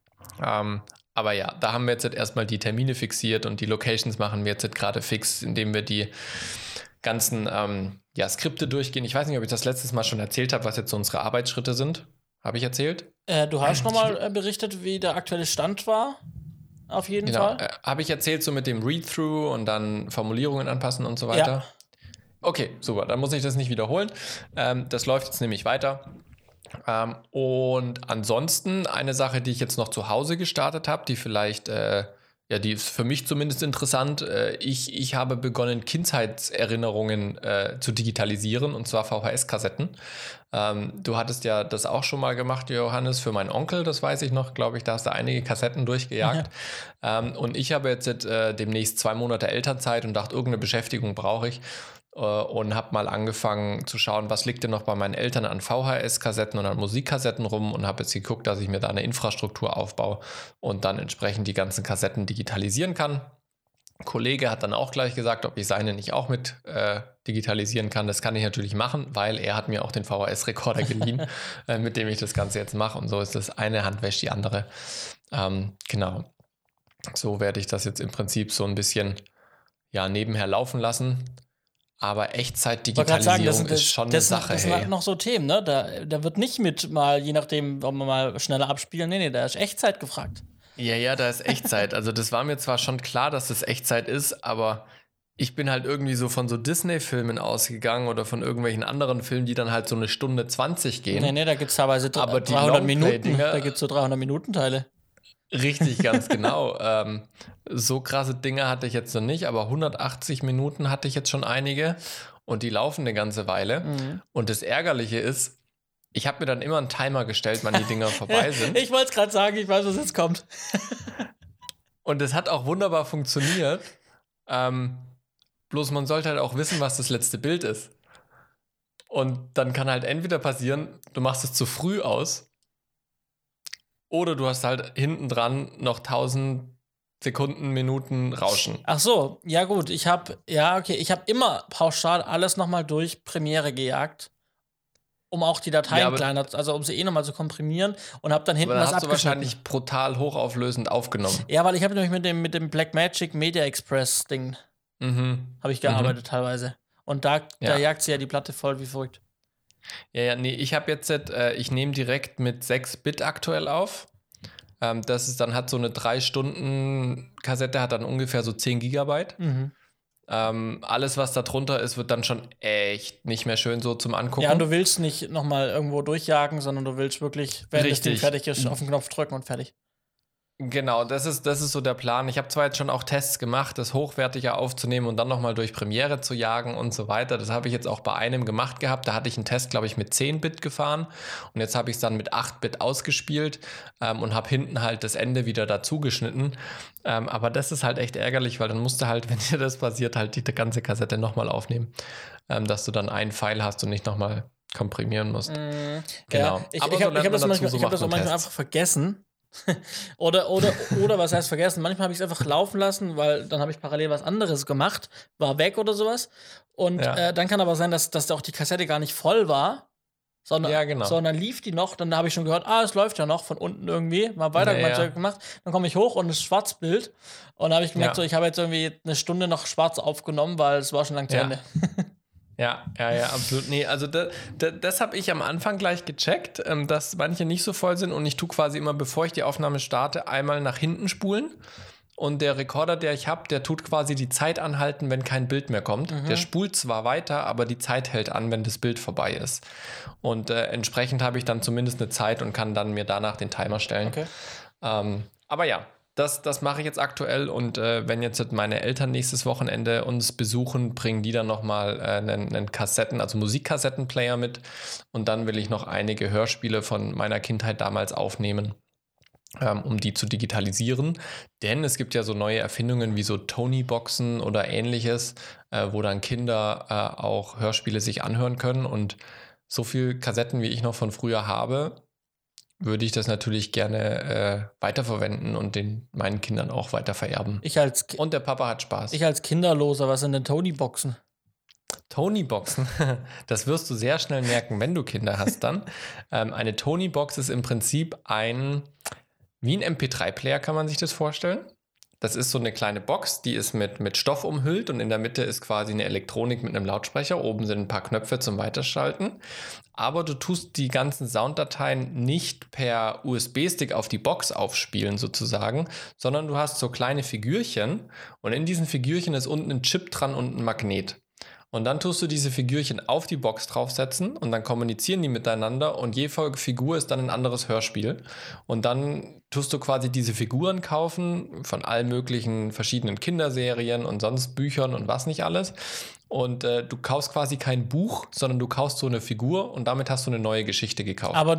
Aber ja, da haben wir jetzt erstmal die Termine fixiert und die Locations machen wir jetzt gerade fix, indem wir die ganzen Skripte durchgehen. Ich weiß nicht, ob ich das letztes Mal schon erzählt habe, was jetzt so unsere Arbeitsschritte sind. Habe ich erzählt? Du hast nochmal berichtet, wie der aktuelle Stand war. Auf jeden Fall. Habe ich erzählt, so mit dem Read-Through und dann Formulierungen anpassen und so weiter? Ja. Okay, super. Dann muss ich das nicht wiederholen. Das läuft jetzt nämlich weiter. Und ansonsten eine Sache, die ich jetzt noch zu Hause gestartet habe, die vielleicht, die ist für mich zumindest interessant. Ich habe begonnen, Kindheitserinnerungen zu digitalisieren, und zwar VHS-Kassetten. Du hattest ja das auch schon mal gemacht, Johannes, für meinen Onkel, das weiß ich noch, glaube ich, da hast du einige Kassetten durchgejagt. Ja. Und ich habe jetzt demnächst 2 Monate Elternzeit und dachte, irgendeine Beschäftigung brauche ich. Und habe mal angefangen zu schauen, was liegt denn noch bei meinen Eltern an VHS-Kassetten und an Musikkassetten rum und habe jetzt geguckt, dass ich mir da eine Infrastruktur aufbaue und dann entsprechend die ganzen Kassetten digitalisieren kann. Ein Kollege hat dann auch gleich gesagt, ob ich seine nicht auch mit digitalisieren kann. Das kann ich natürlich machen, weil er hat mir auch den VHS-Rekorder geliehen, mit dem ich das Ganze jetzt mache. Und so ist das eine Hand wäscht die andere. Genau. So werde ich das jetzt im Prinzip so ein bisschen nebenher laufen lassen. Aber Echtzeit-Digitalisierung ist schon eine Sache. Das sind halt noch so Themen, ne? Da wird nicht mit mal, je nachdem, ob wir mal schneller abspielen. Nee, da ist Echtzeit gefragt. Ja, da ist Echtzeit. Also das war mir zwar schon klar, dass das Echtzeit ist, aber ich bin halt irgendwie so von so Disney-Filmen ausgegangen oder von irgendwelchen anderen Filmen, die dann halt so 1:20 gehen. Nee, da gibt es teilweise 300 Minuten. Da gibt es so 300-Minuten-Teile. Richtig, ganz genau. So krasse Dinge hatte ich jetzt noch nicht, aber 180 Minuten hatte ich jetzt schon einige und die laufen eine ganze Weile. Mhm. Und das Ärgerliche ist, ich habe mir dann immer einen Timer gestellt, wann die Dinger vorbei sind. Ich wollte es gerade sagen, ich weiß, was jetzt kommt. Und es hat auch wunderbar funktioniert. Bloß man sollte halt auch wissen, was das letzte Bild ist. Und dann kann halt entweder passieren, du machst es zu früh aus, oder du hast halt hinten dran noch 1000 Sekunden, Minuten Rauschen. Ach so, ja gut, ich habe immer pauschal alles nochmal durch Premiere gejagt, um auch die Dateien kleiner, also um sie nochmal zu komprimieren und habe dann hinten was abgeschnitten. Hast du wahrscheinlich brutal hochauflösend aufgenommen. Ja, weil ich habe nämlich mit dem Blackmagic Media Express Ding habe ich gearbeitet teilweise. Und da jagt sie ja die Platte voll wie verrückt. Ja, nee, ich habe jetzt, ich nehme direkt mit 6 Bit aktuell auf. Das ist dann, hat so eine 3-Stunden-Kassette, hat dann ungefähr so 10 Gigabyte. Alles, was da drunter ist, wird dann schon echt nicht mehr schön so zum Angucken. Ja, und du willst nicht nochmal irgendwo durchjagen, sondern du willst wirklich, wenn das Ding fertig ist, auf den Knopf drücken und fertig. Genau, das ist so der Plan. Ich habe zwar jetzt schon auch Tests gemacht, das hochwertiger aufzunehmen und dann nochmal durch Premiere zu jagen und so weiter. Das habe ich jetzt auch bei einem gemacht gehabt. Da hatte ich einen Test, glaube ich, mit 10 Bit gefahren. Und jetzt habe ich es dann mit 8 Bit ausgespielt und habe hinten halt das Ende wieder dazu geschnitten. Aber das ist halt echt ärgerlich, weil dann musst du halt, wenn dir das passiert, halt die ganze Kassette nochmal aufnehmen. Dass du dann einen Pfeil hast und nicht nochmal komprimieren musst. Genau. Ja, ich habe das manchmal einfach vergessen. oder was heißt vergessen? Manchmal habe ich es einfach laufen lassen, weil dann habe ich parallel was anderes gemacht, war weg oder sowas. Und dann kann aber sein, dass auch die Kassette gar nicht voll war, sondern lief die noch. Dann habe ich schon gehört, es läuft ja noch von unten irgendwie. Mal weiter gemacht. Dann komme ich hoch und es ist Schwarzbild. Und dann habe ich gemerkt, ich habe jetzt irgendwie eine Stunde noch schwarz aufgenommen, weil es war schon lang zu Ende. Ja, absolut. Nee, also das habe ich am Anfang gleich gecheckt, dass manche nicht so voll sind und ich tue quasi immer, bevor ich die Aufnahme starte, einmal nach hinten spulen und der Rekorder, der ich habe, der tut quasi die Zeit anhalten, wenn kein Bild mehr kommt. Der spult zwar weiter, aber die Zeit hält an, wenn das Bild vorbei ist. Und entsprechend habe ich dann zumindest eine Zeit und kann dann mir danach den Timer stellen. Okay. Aber ja, das mache ich jetzt aktuell und wenn jetzt meine Eltern nächstes Wochenende uns besuchen, bringen die dann nochmal einen also Musikkassettenplayer mit und dann will ich noch einige Hörspiele von meiner Kindheit damals aufnehmen, um die zu digitalisieren, denn es gibt ja so neue Erfindungen wie so Tony-Boxen oder ähnliches, wo dann Kinder auch Hörspiele sich anhören können und so viel Kassetten, wie ich noch von früher habe, würde ich das natürlich gerne weiterverwenden und meinen Kindern auch weiter vererben. Und der Papa hat Spaß. Ich als Kinderloser, was sind denn Tony-Boxen? Tony-Boxen, das wirst du sehr schnell merken, wenn du Kinder hast dann. Eine Tony-Box ist im Prinzip wie ein MP3-Player, kann man sich das vorstellen. Das ist so eine kleine Box, die ist mit Stoff umhüllt und in der Mitte ist quasi eine Elektronik mit einem Lautsprecher. Oben sind ein paar Knöpfe zum Weiterschalten. Aber du tust die ganzen Sounddateien nicht per USB-Stick auf die Box aufspielen sozusagen, sondern du hast so kleine Figürchen und in diesen Figürchen ist unten ein Chip dran und ein Magnet. Und dann tust du diese Figürchen auf die Box draufsetzen und dann kommunizieren die miteinander und je Figur ist dann ein anderes Hörspiel. Und dann tust du quasi diese Figuren kaufen von allen möglichen verschiedenen Kinderserien und sonst Büchern und was nicht alles. Und du kaufst quasi kein Buch, sondern du kaufst so eine Figur und damit hast du eine neue Geschichte gekauft. Aber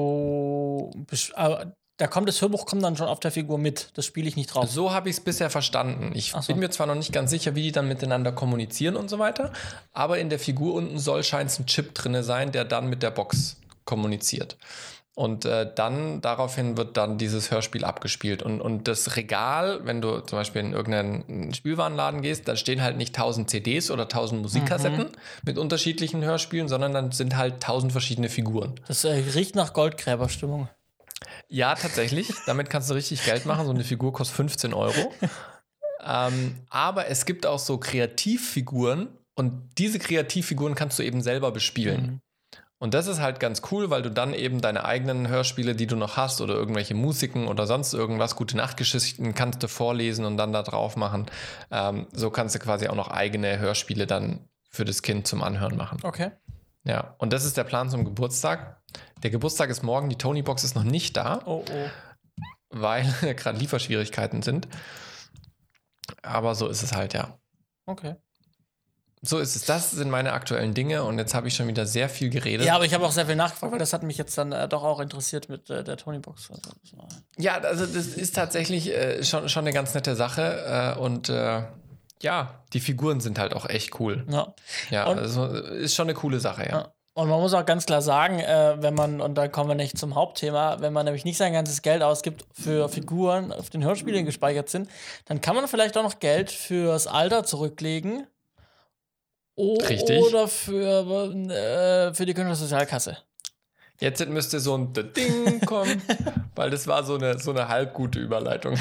das Hörbuch kommt dann schon auf der Figur mit. Das spiele ich nicht drauf. So habe ich es bisher verstanden. Ich bin mir zwar noch nicht ganz sicher, wie die dann miteinander kommunizieren und so weiter, aber in der Figur unten scheint es ein Chip drin sein, der dann mit der Box kommuniziert. Und dann daraufhin wird dann dieses Hörspiel abgespielt. Und das Regal, wenn du zum Beispiel in irgendeinen Spielwarenladen gehst, da stehen halt nicht 1000 CDs oder 1000 Musikkassetten mit unterschiedlichen Hörspielen, sondern dann sind halt 1000 verschiedene Figuren. Das riecht nach Goldgräberstimmung. Ja, tatsächlich. Damit kannst du richtig Geld machen. So eine Figur kostet 15 €. Aber es gibt auch so Kreativfiguren und diese Kreativfiguren kannst du eben selber bespielen. Und das ist halt ganz cool, weil du dann eben deine eigenen Hörspiele, die du noch hast oder irgendwelche Musiken oder sonst irgendwas, gute Nachtgeschichten kannst du vorlesen und dann da drauf machen. So kannst du quasi auch noch eigene Hörspiele dann für das Kind zum Anhören machen. Okay. Ja, und das ist der Plan zum Geburtstag. Der Geburtstag ist morgen, die Tony-Box ist noch nicht da, weil gerade Lieferschwierigkeiten sind. Aber so ist es halt, ja. Okay. so ist es. Das sind meine aktuellen Dinge und jetzt habe ich schon wieder sehr viel geredet. Ja, aber ich habe auch sehr viel nachgefragt, weil das hat mich jetzt dann doch auch interessiert mit der Tony-Box. Ja, also das ist tatsächlich schon eine ganz nette Sache und ja, die Figuren sind halt auch echt cool. Ja, und, also ist schon eine coole Sache, ja. Und man muss auch ganz klar sagen, wenn man, und da kommen wir nicht zum Hauptthema, wenn man nämlich nicht sein ganzes Geld ausgibt für Figuren auf den Hörspielen gespeichert sind, dann kann man vielleicht auch noch Geld fürs Alter zurücklegen. Richtig. Oder für die Künstlersozialkasse. Jetzt müsste so ein Ding kommen, weil das war so eine halbgute Überleitung.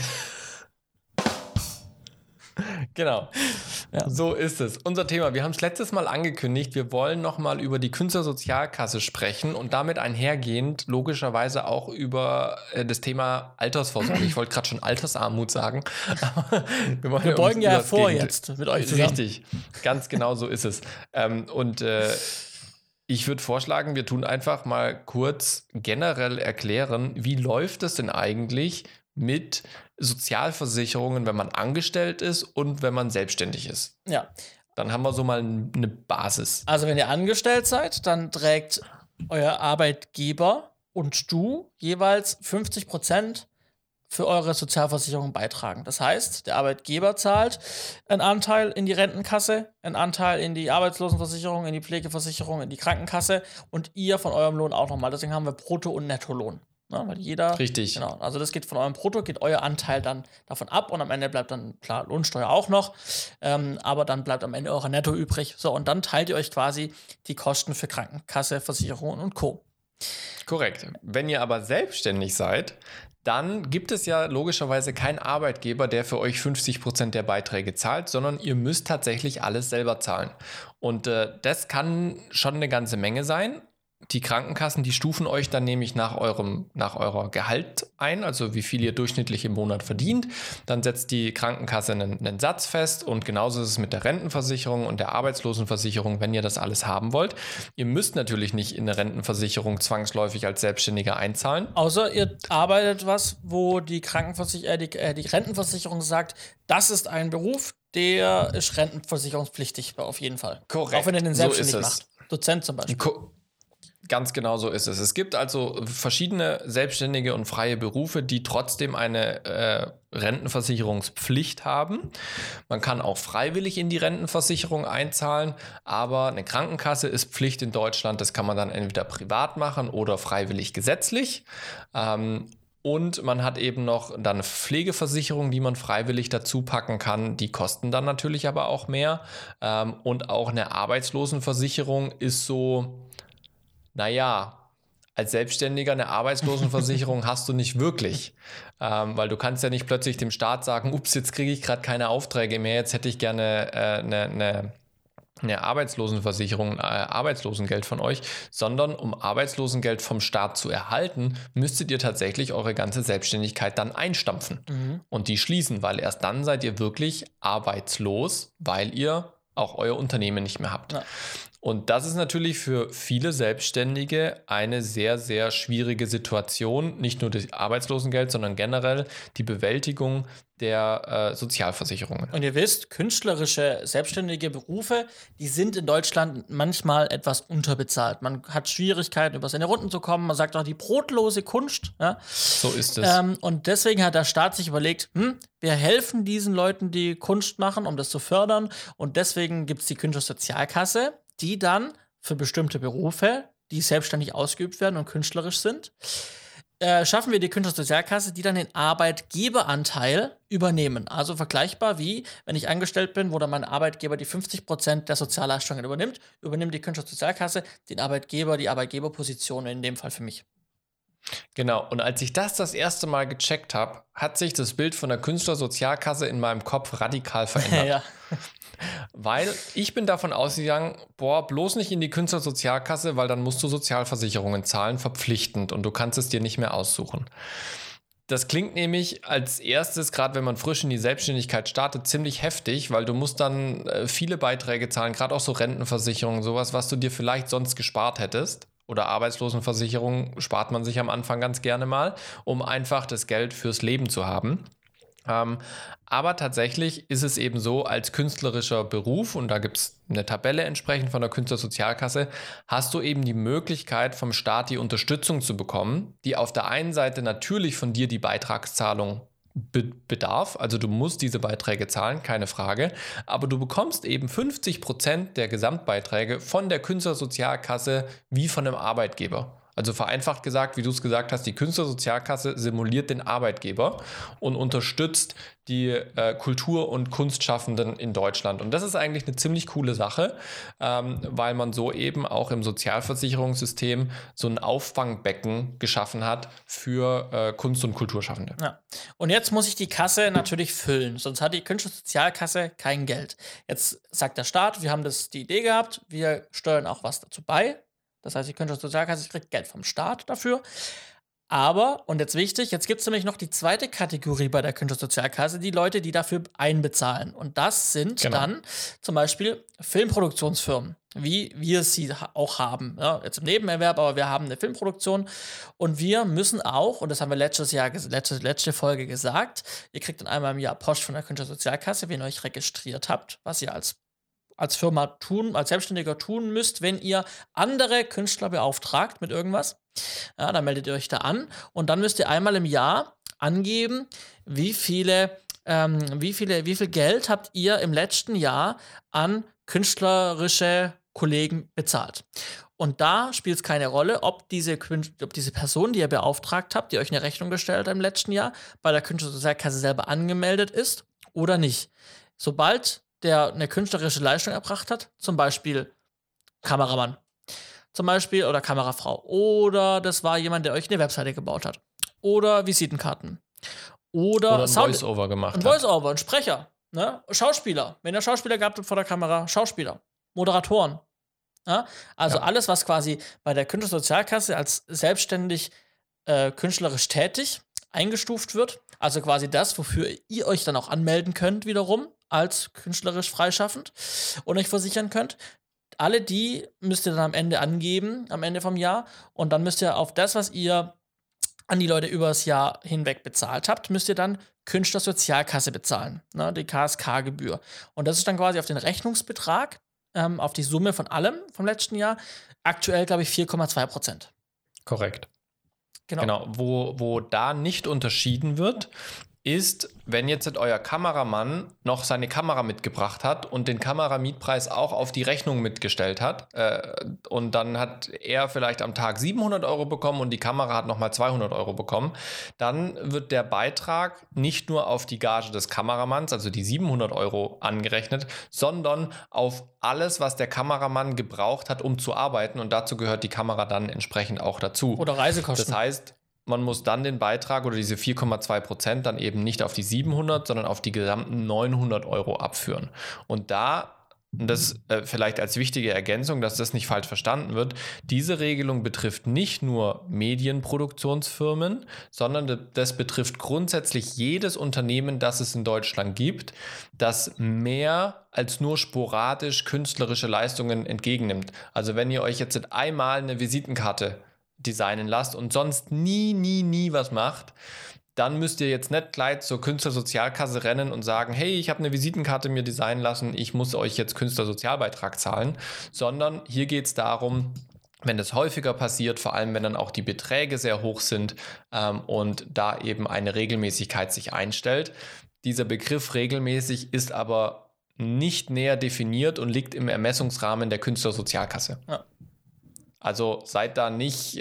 Genau, ja. So ist es. Unser Thema, wir haben es letztes Mal angekündigt, wir wollen nochmal über die Künstlersozialkasse sprechen und damit einhergehend logischerweise auch über das Thema Altersvorsorge. Ich wollte gerade schon Altersarmut sagen. Wir beugen ja vor jetzt mit euch zusammen. Richtig, ganz genau so ist es. Ich würde vorschlagen, wir tun einfach mal kurz generell erklären, wie läuft es denn eigentlich mit Sozialversicherungen, wenn man angestellt ist und wenn man selbstständig ist. Ja. Dann haben wir so mal eine Basis. Also wenn ihr angestellt seid, dann trägt euer Arbeitgeber und du jeweils 50% für eure Sozialversicherung beitragen. Das heißt, der Arbeitgeber zahlt einen Anteil in die Rentenkasse, einen Anteil in die Arbeitslosenversicherung, in die Pflegeversicherung, in die Krankenkasse und ihr von eurem Lohn auch nochmal. Deswegen haben wir Brutto- und Nettolohn. Na, weil jeder. Richtig. Genau. Also das geht von eurem Brutto, geht euer Anteil dann davon ab und am Ende bleibt dann, klar, Lohnsteuer auch noch, aber dann bleibt am Ende euer Netto übrig. So, und dann teilt ihr euch quasi die Kosten für Krankenkasse, Versicherungen und Co. Korrekt. Wenn ihr aber selbstständig seid, dann gibt es ja logischerweise keinen Arbeitgeber, der für euch 50% der Beiträge zahlt, sondern ihr müsst tatsächlich alles selber zahlen. Und das kann schon eine ganze Menge sein. Die Krankenkassen, die stufen euch dann nämlich nach eurer Gehalt ein, also wie viel ihr durchschnittlich im Monat verdient. Dann setzt die Krankenkasse einen Satz fest und genauso ist es mit der Rentenversicherung und der Arbeitslosenversicherung, wenn ihr das alles haben wollt. Ihr müsst natürlich nicht in eine Rentenversicherung zwangsläufig als Selbstständiger einzahlen. Außer ihr arbeitet was, wo die Rentenversicherung sagt, das ist ein Beruf, der ist rentenversicherungspflichtig auf jeden Fall. Korrekt. Auch wenn ihr den selbstständig macht. Dozent zum Beispiel. Ganz genau so ist es. Es gibt also verschiedene selbstständige und freie Berufe, die trotzdem eine Rentenversicherungspflicht haben. Man kann auch freiwillig in die Rentenversicherung einzahlen, aber eine Krankenkasse ist Pflicht in Deutschland. Das kann man dann entweder privat machen oder freiwillig gesetzlich. Und man hat eben noch dann eine Pflegeversicherung, die man freiwillig dazu packen kann. Die kosten dann natürlich aber auch mehr. Und auch eine Arbeitslosenversicherung ist so... Naja, als Selbstständiger eine Arbeitslosenversicherung hast du nicht wirklich, weil du kannst ja nicht plötzlich dem Staat sagen, ups, jetzt kriege ich gerade keine Aufträge mehr, jetzt hätte ich gerne eine Arbeitslosenversicherung, Arbeitslosengeld von euch, sondern um Arbeitslosengeld vom Staat zu erhalten, müsstet ihr tatsächlich eure ganze Selbstständigkeit dann einstampfen und die schließen, weil erst dann seid ihr wirklich arbeitslos, weil ihr auch euer Unternehmen nicht mehr habt. Ja. Und das ist natürlich für viele Selbstständige eine sehr, sehr schwierige Situation. Nicht nur das Arbeitslosengeld, sondern generell die Bewältigung der Sozialversicherungen. Und ihr wisst, künstlerische, selbstständige Berufe, die sind in Deutschland manchmal etwas unterbezahlt. Man hat Schwierigkeiten, über seine Runden zu kommen. Man sagt auch die brotlose Kunst. Ja? So ist es. Und deswegen hat der Staat sich überlegt, wir helfen diesen Leuten, die Kunst machen, um das zu fördern. Und deswegen gibt es die Künstlersozialkasse, die dann für bestimmte Berufe, die selbstständig ausgeübt werden und künstlerisch sind, schaffen wir die Künstlersozialkasse, die dann den Arbeitgeberanteil übernehmen. Also vergleichbar wie, wenn ich angestellt bin, wo dann mein Arbeitgeber die 50% der Sozialleistungen übernimmt die Künstlersozialkasse den Arbeitgeber, die Arbeitgeberposition in dem Fall für mich. Genau, und als ich das erste Mal gecheckt habe, hat sich das Bild von der Künstlersozialkasse in meinem Kopf radikal verändert. Ja. Weil ich bin davon ausgegangen, bloß nicht in die Künstlersozialkasse, weil dann musst du Sozialversicherungen zahlen, verpflichtend und du kannst es dir nicht mehr aussuchen. Das klingt nämlich als erstes, gerade wenn man frisch in die Selbstständigkeit startet, ziemlich heftig, weil du musst dann viele Beiträge zahlen, gerade auch so Rentenversicherungen, sowas, was du dir vielleicht sonst gespart hättest. Oder Arbeitslosenversicherung spart man sich am Anfang ganz gerne mal, um einfach das Geld fürs Leben zu haben. Aber tatsächlich ist es eben so, als künstlerischer Beruf, und da gibt es eine Tabelle entsprechend von der Künstlersozialkasse, hast du eben die Möglichkeit, vom Staat die Unterstützung zu bekommen, die auf der einen Seite natürlich von dir die Beitragszahlung bedarf, also du musst diese Beiträge zahlen, keine Frage, aber du bekommst eben 50% der Gesamtbeiträge von der Künstlersozialkasse wie von einem Arbeitgeber. Also vereinfacht gesagt, wie du es gesagt hast, die Künstlersozialkasse simuliert den Arbeitgeber und unterstützt die Kultur- und Kunstschaffenden in Deutschland. Und das ist eigentlich eine ziemlich coole Sache, weil man so eben auch im Sozialversicherungssystem so ein Auffangbecken geschaffen hat für Kunst- und Kulturschaffende. Ja. Und jetzt muss ich die Kasse natürlich füllen, sonst hat die Künstlersozialkasse kein Geld. Jetzt sagt der Staat, wir haben die Idee gehabt, wir steuern auch was dazu bei. Das heißt, die Künstlersozialkasse kriegt Geld vom Staat dafür. Aber, und jetzt wichtig, jetzt gibt es nämlich noch die zweite Kategorie bei der Künstlersozialkasse, die Leute, die dafür einbezahlen. Und das sind dann zum Beispiel Filmproduktionsfirmen, wie wir sie auch haben. Ja, jetzt im Nebenerwerb, aber wir haben eine Filmproduktion und wir müssen auch, und das haben wir letzte Folge gesagt, ihr kriegt dann einmal im Jahr Post von der Künstlersozialkasse, wenn ihr euch registriert habt, was ihr als Firma tun, als Selbstständiger tun müsst, wenn ihr andere Künstler beauftragt mit irgendwas. Ja, dann meldet ihr euch da an und dann müsst ihr einmal im Jahr angeben, wie viel Geld habt ihr im letzten Jahr an künstlerische Kollegen bezahlt. Und da spielt es keine Rolle, ob diese Person, die ihr beauftragt habt, die euch eine Rechnung gestellt hat im letzten Jahr, bei der Künstlersozialkasse selber angemeldet ist oder nicht. Sobald der eine künstlerische Leistung erbracht hat, zum Beispiel Kameramann, zum Beispiel, oder Kamerafrau, oder das war jemand, der euch eine Webseite gebaut hat, oder Visitenkarten, oder ein Voice-Over gemacht hat. Ein Voice-Over, ein Sprecher, ne? Schauspieler, wenn ihr Schauspieler gehabt habt vor der Kamera, Schauspieler, Moderatoren, ja? Also alles, was quasi bei der Künstlersozialkasse als selbstständig künstlerisch tätig eingestuft wird, also quasi das, wofür ihr euch dann auch anmelden könnt wiederum, als künstlerisch freischaffend und euch versichern könnt. Alle die müsst ihr dann am Ende angeben, am Ende vom Jahr. Und dann müsst ihr auf das, was ihr an die Leute über das Jahr hinweg bezahlt habt, müsst ihr dann Künstlersozialkasse bezahlen, ne, die KSK-Gebühr. Und das ist dann quasi auf den Rechnungsbetrag, auf die Summe von allem vom letzten Jahr, aktuell, glaube ich, 4,2%. Korrekt. Genau. Wo da nicht unterschieden wird, ist, wenn jetzt euer Kameramann noch seine Kamera mitgebracht hat und den Kameramietpreis auch auf die Rechnung mitgestellt hat und dann hat er vielleicht am Tag 700 Euro bekommen und die Kamera hat nochmal 200 Euro bekommen, dann wird der Beitrag nicht nur auf die Gage des Kameramanns, also die 700 Euro angerechnet, sondern auf alles, was der Kameramann gebraucht hat, um zu arbeiten, und dazu gehört die Kamera dann entsprechend auch dazu. Oder Reisekosten. Das heißt, man muss dann den Beitrag oder diese 4,2% dann eben nicht auf die 700, sondern auf die gesamten 900 Euro abführen. Und das vielleicht als wichtige Ergänzung, dass das nicht falsch verstanden wird, diese Regelung betrifft nicht nur Medienproduktionsfirmen, sondern das betrifft grundsätzlich jedes Unternehmen, das es in Deutschland gibt, das mehr als nur sporadisch künstlerische Leistungen entgegennimmt. Also wenn ihr euch jetzt einmal eine Visitenkarte designen lasst und sonst nie was macht, dann müsst ihr jetzt nicht gleich zur Künstlersozialkasse rennen und sagen, hey, ich habe eine Visitenkarte mir designen lassen, ich muss euch jetzt Künstlersozialbeitrag zahlen, sondern hier geht es darum, wenn das häufiger passiert, vor allem wenn dann auch die Beträge sehr hoch sind und da eben eine Regelmäßigkeit sich einstellt. Dieser Begriff regelmäßig ist aber nicht näher definiert und liegt im Ermessungsrahmen der Künstlersozialkasse. Ja. Also seid da nicht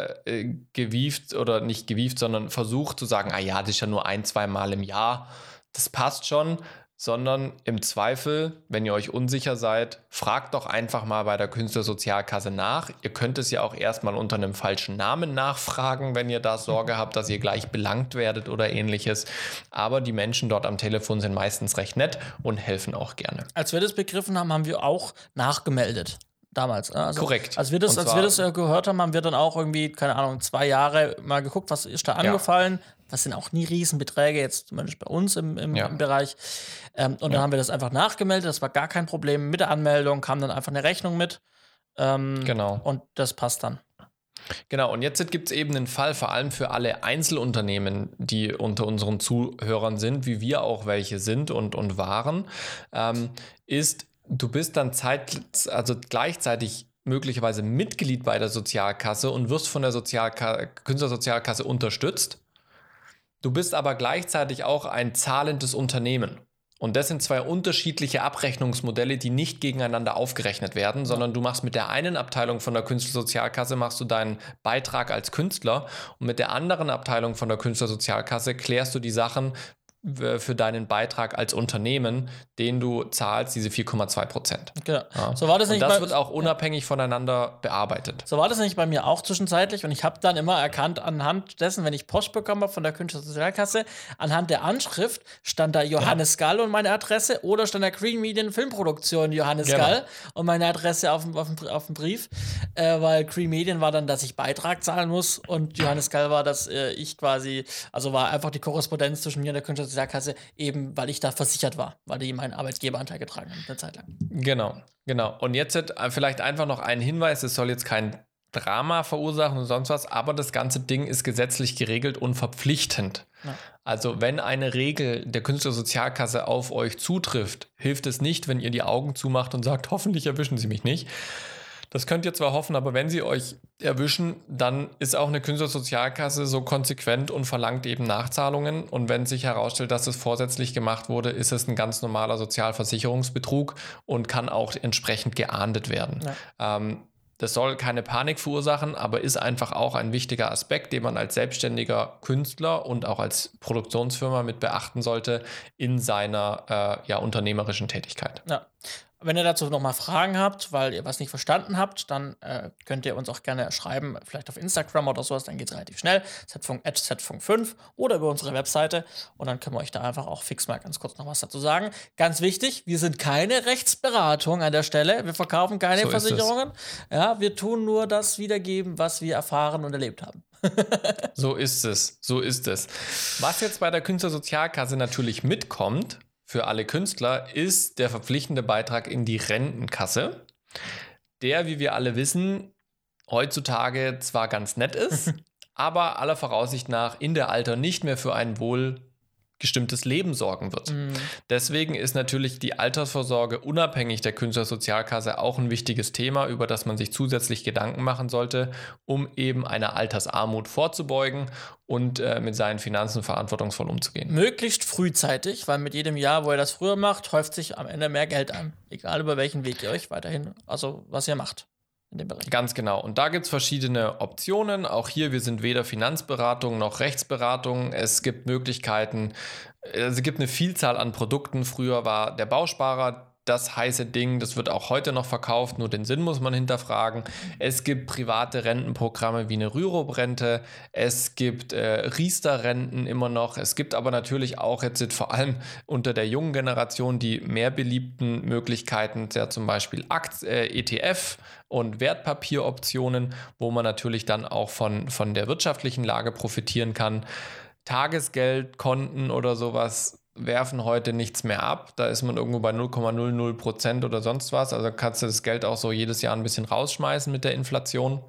gewieft oder nicht gewieft, sondern versucht zu sagen, das ist ja nur 1-2 Mal im Jahr, das passt schon, sondern im Zweifel, wenn ihr euch unsicher seid, fragt doch einfach mal bei der Künstlersozialkasse nach. Ihr könnt es ja auch erstmal unter einem falschen Namen nachfragen, wenn ihr da Sorge habt, dass ihr gleich belangt werdet oder ähnliches. Aber die Menschen dort am Telefon sind meistens recht nett und helfen auch gerne. Als wir das begriffen haben, haben wir auch nachgemeldet. Damals. Also, korrekt. Als wir das gehört haben, haben wir dann auch irgendwie, keine Ahnung, 2 Jahre mal geguckt, was ist da angefallen. Das sind auch nie Riesenbeträge, jetzt zumindest bei uns im Bereich. Und dann haben wir das einfach nachgemeldet, das war gar kein Problem. Mit der Anmeldung kam dann einfach eine Rechnung mit. Genau. Und das passt dann. Genau, und jetzt gibt es eben einen Fall, vor allem für alle Einzelunternehmen, die unter unseren Zuhörern sind, wie wir auch welche sind und waren, ist, du bist dann gleichzeitig möglicherweise Mitglied bei der Sozialkasse und wirst von der Künstlersozialkasse unterstützt. Du bist aber gleichzeitig auch ein zahlendes Unternehmen. Und das sind zwei unterschiedliche Abrechnungsmodelle, die nicht gegeneinander aufgerechnet werden, sondern du machst mit der einen Abteilung von der Künstlersozialkasse machst du deinen Beitrag als Künstler und mit der anderen Abteilung von der Künstlersozialkasse klärst du die Sachen für deinen Beitrag als Unternehmen, den du zahlst, diese 4,2%. Genau. Ja. So war das nicht. Und das wird auch unabhängig voneinander bearbeitet. So war das nicht bei mir auch zwischenzeitlich und ich habe dann immer erkannt, anhand dessen, wenn ich Post bekommen habe von der Künstlersozialkasse, anhand der Anschrift stand da Johannes Gall und meine Adresse oder stand da Green Medien Filmproduktion Johannes Gall und meine Adresse auf dem Brief, weil Green Medien war dann, dass ich Beitrag zahlen muss und Johannes Gall war, dass ich quasi, also war einfach die Korrespondenz zwischen mir und der Künstlersozialkasse eben, weil ich da versichert war, weil die meinen Arbeitgeberanteil getragen haben, eine Zeit lang. Genau. Und jetzt vielleicht einfach noch ein Hinweis, es soll jetzt kein Drama verursachen und sonst was, aber das ganze Ding ist gesetzlich geregelt und verpflichtend. Ja. Also wenn eine Regel der Künstlersozialkasse auf euch zutrifft, hilft es nicht, wenn ihr die Augen zumacht und sagt, hoffentlich erwischen sie mich nicht. Das könnt ihr zwar hoffen, aber wenn sie euch erwischen, dann ist auch eine Künstlersozialkasse so konsequent und verlangt eben Nachzahlungen. Und wenn sich herausstellt, dass es vorsätzlich gemacht wurde, ist es ein ganz normaler Sozialversicherungsbetrug und kann auch entsprechend geahndet werden. Ja. Das soll keine Panik verursachen, aber ist einfach auch ein wichtiger Aspekt, den man als selbstständiger Künstler und auch als Produktionsfirma mit beachten sollte in seiner unternehmerischen Tätigkeit. Ja. Wenn ihr dazu nochmal Fragen habt, weil ihr was nicht verstanden habt, dann könnt ihr uns auch gerne schreiben, vielleicht auf Instagram oder sowas, dann geht es relativ schnell, @zfunk5 oder über unsere Webseite und dann können wir euch da einfach auch fix mal ganz kurz noch was dazu sagen. Ganz wichtig, wir sind keine Rechtsberatung an der Stelle, wir verkaufen keine Versicherungen, ja, wir tun nur das wiedergeben, was wir erfahren und erlebt haben. So ist es. Was jetzt bei der Künstlersozialkasse natürlich mitkommt, für alle Künstler, ist der verpflichtende Beitrag in die Rentenkasse, der, wie wir alle wissen, heutzutage zwar ganz nett ist, aber aller Voraussicht nach in der Alter nicht mehr für ein wohlgestimmtes Leben sorgen wird. Deswegen ist natürlich die Altersvorsorge unabhängig der Künstlersozialkasse auch ein wichtiges Thema, über das man sich zusätzlich Gedanken machen sollte, um eben einer Altersarmut vorzubeugen und mit seinen Finanzen verantwortungsvoll umzugehen. Möglichst frühzeitig, weil mit jedem Jahr, wo ihr das früher macht, häuft sich am Ende mehr Geld an. Egal über welchen Weg ihr euch weiterhin, also was ihr macht in dem Bereich. Ganz genau. Und da gibt es verschiedene Optionen. Auch hier, wir sind weder Finanzberatung noch Rechtsberatung. Es gibt Möglichkeiten, es gibt eine Vielzahl an Produkten. Früher war der Bausparer das heiße Ding, das wird auch heute noch verkauft, nur den Sinn muss man hinterfragen. Es gibt private Rentenprogramme wie eine Rürup-Rente, es gibt Riester-Renten immer noch, es gibt aber natürlich auch jetzt vor allem unter der jungen Generation die mehr beliebten Möglichkeiten, ja zum Beispiel ETF und Wertpapieroptionen, wo man natürlich dann auch von der wirtschaftlichen Lage profitieren kann. Tagesgeldkonten oder sowas werfen heute nichts mehr ab. Da ist man irgendwo bei 0,00% oder sonst was. Also kannst du das Geld auch so jedes Jahr ein bisschen rausschmeißen mit der Inflation.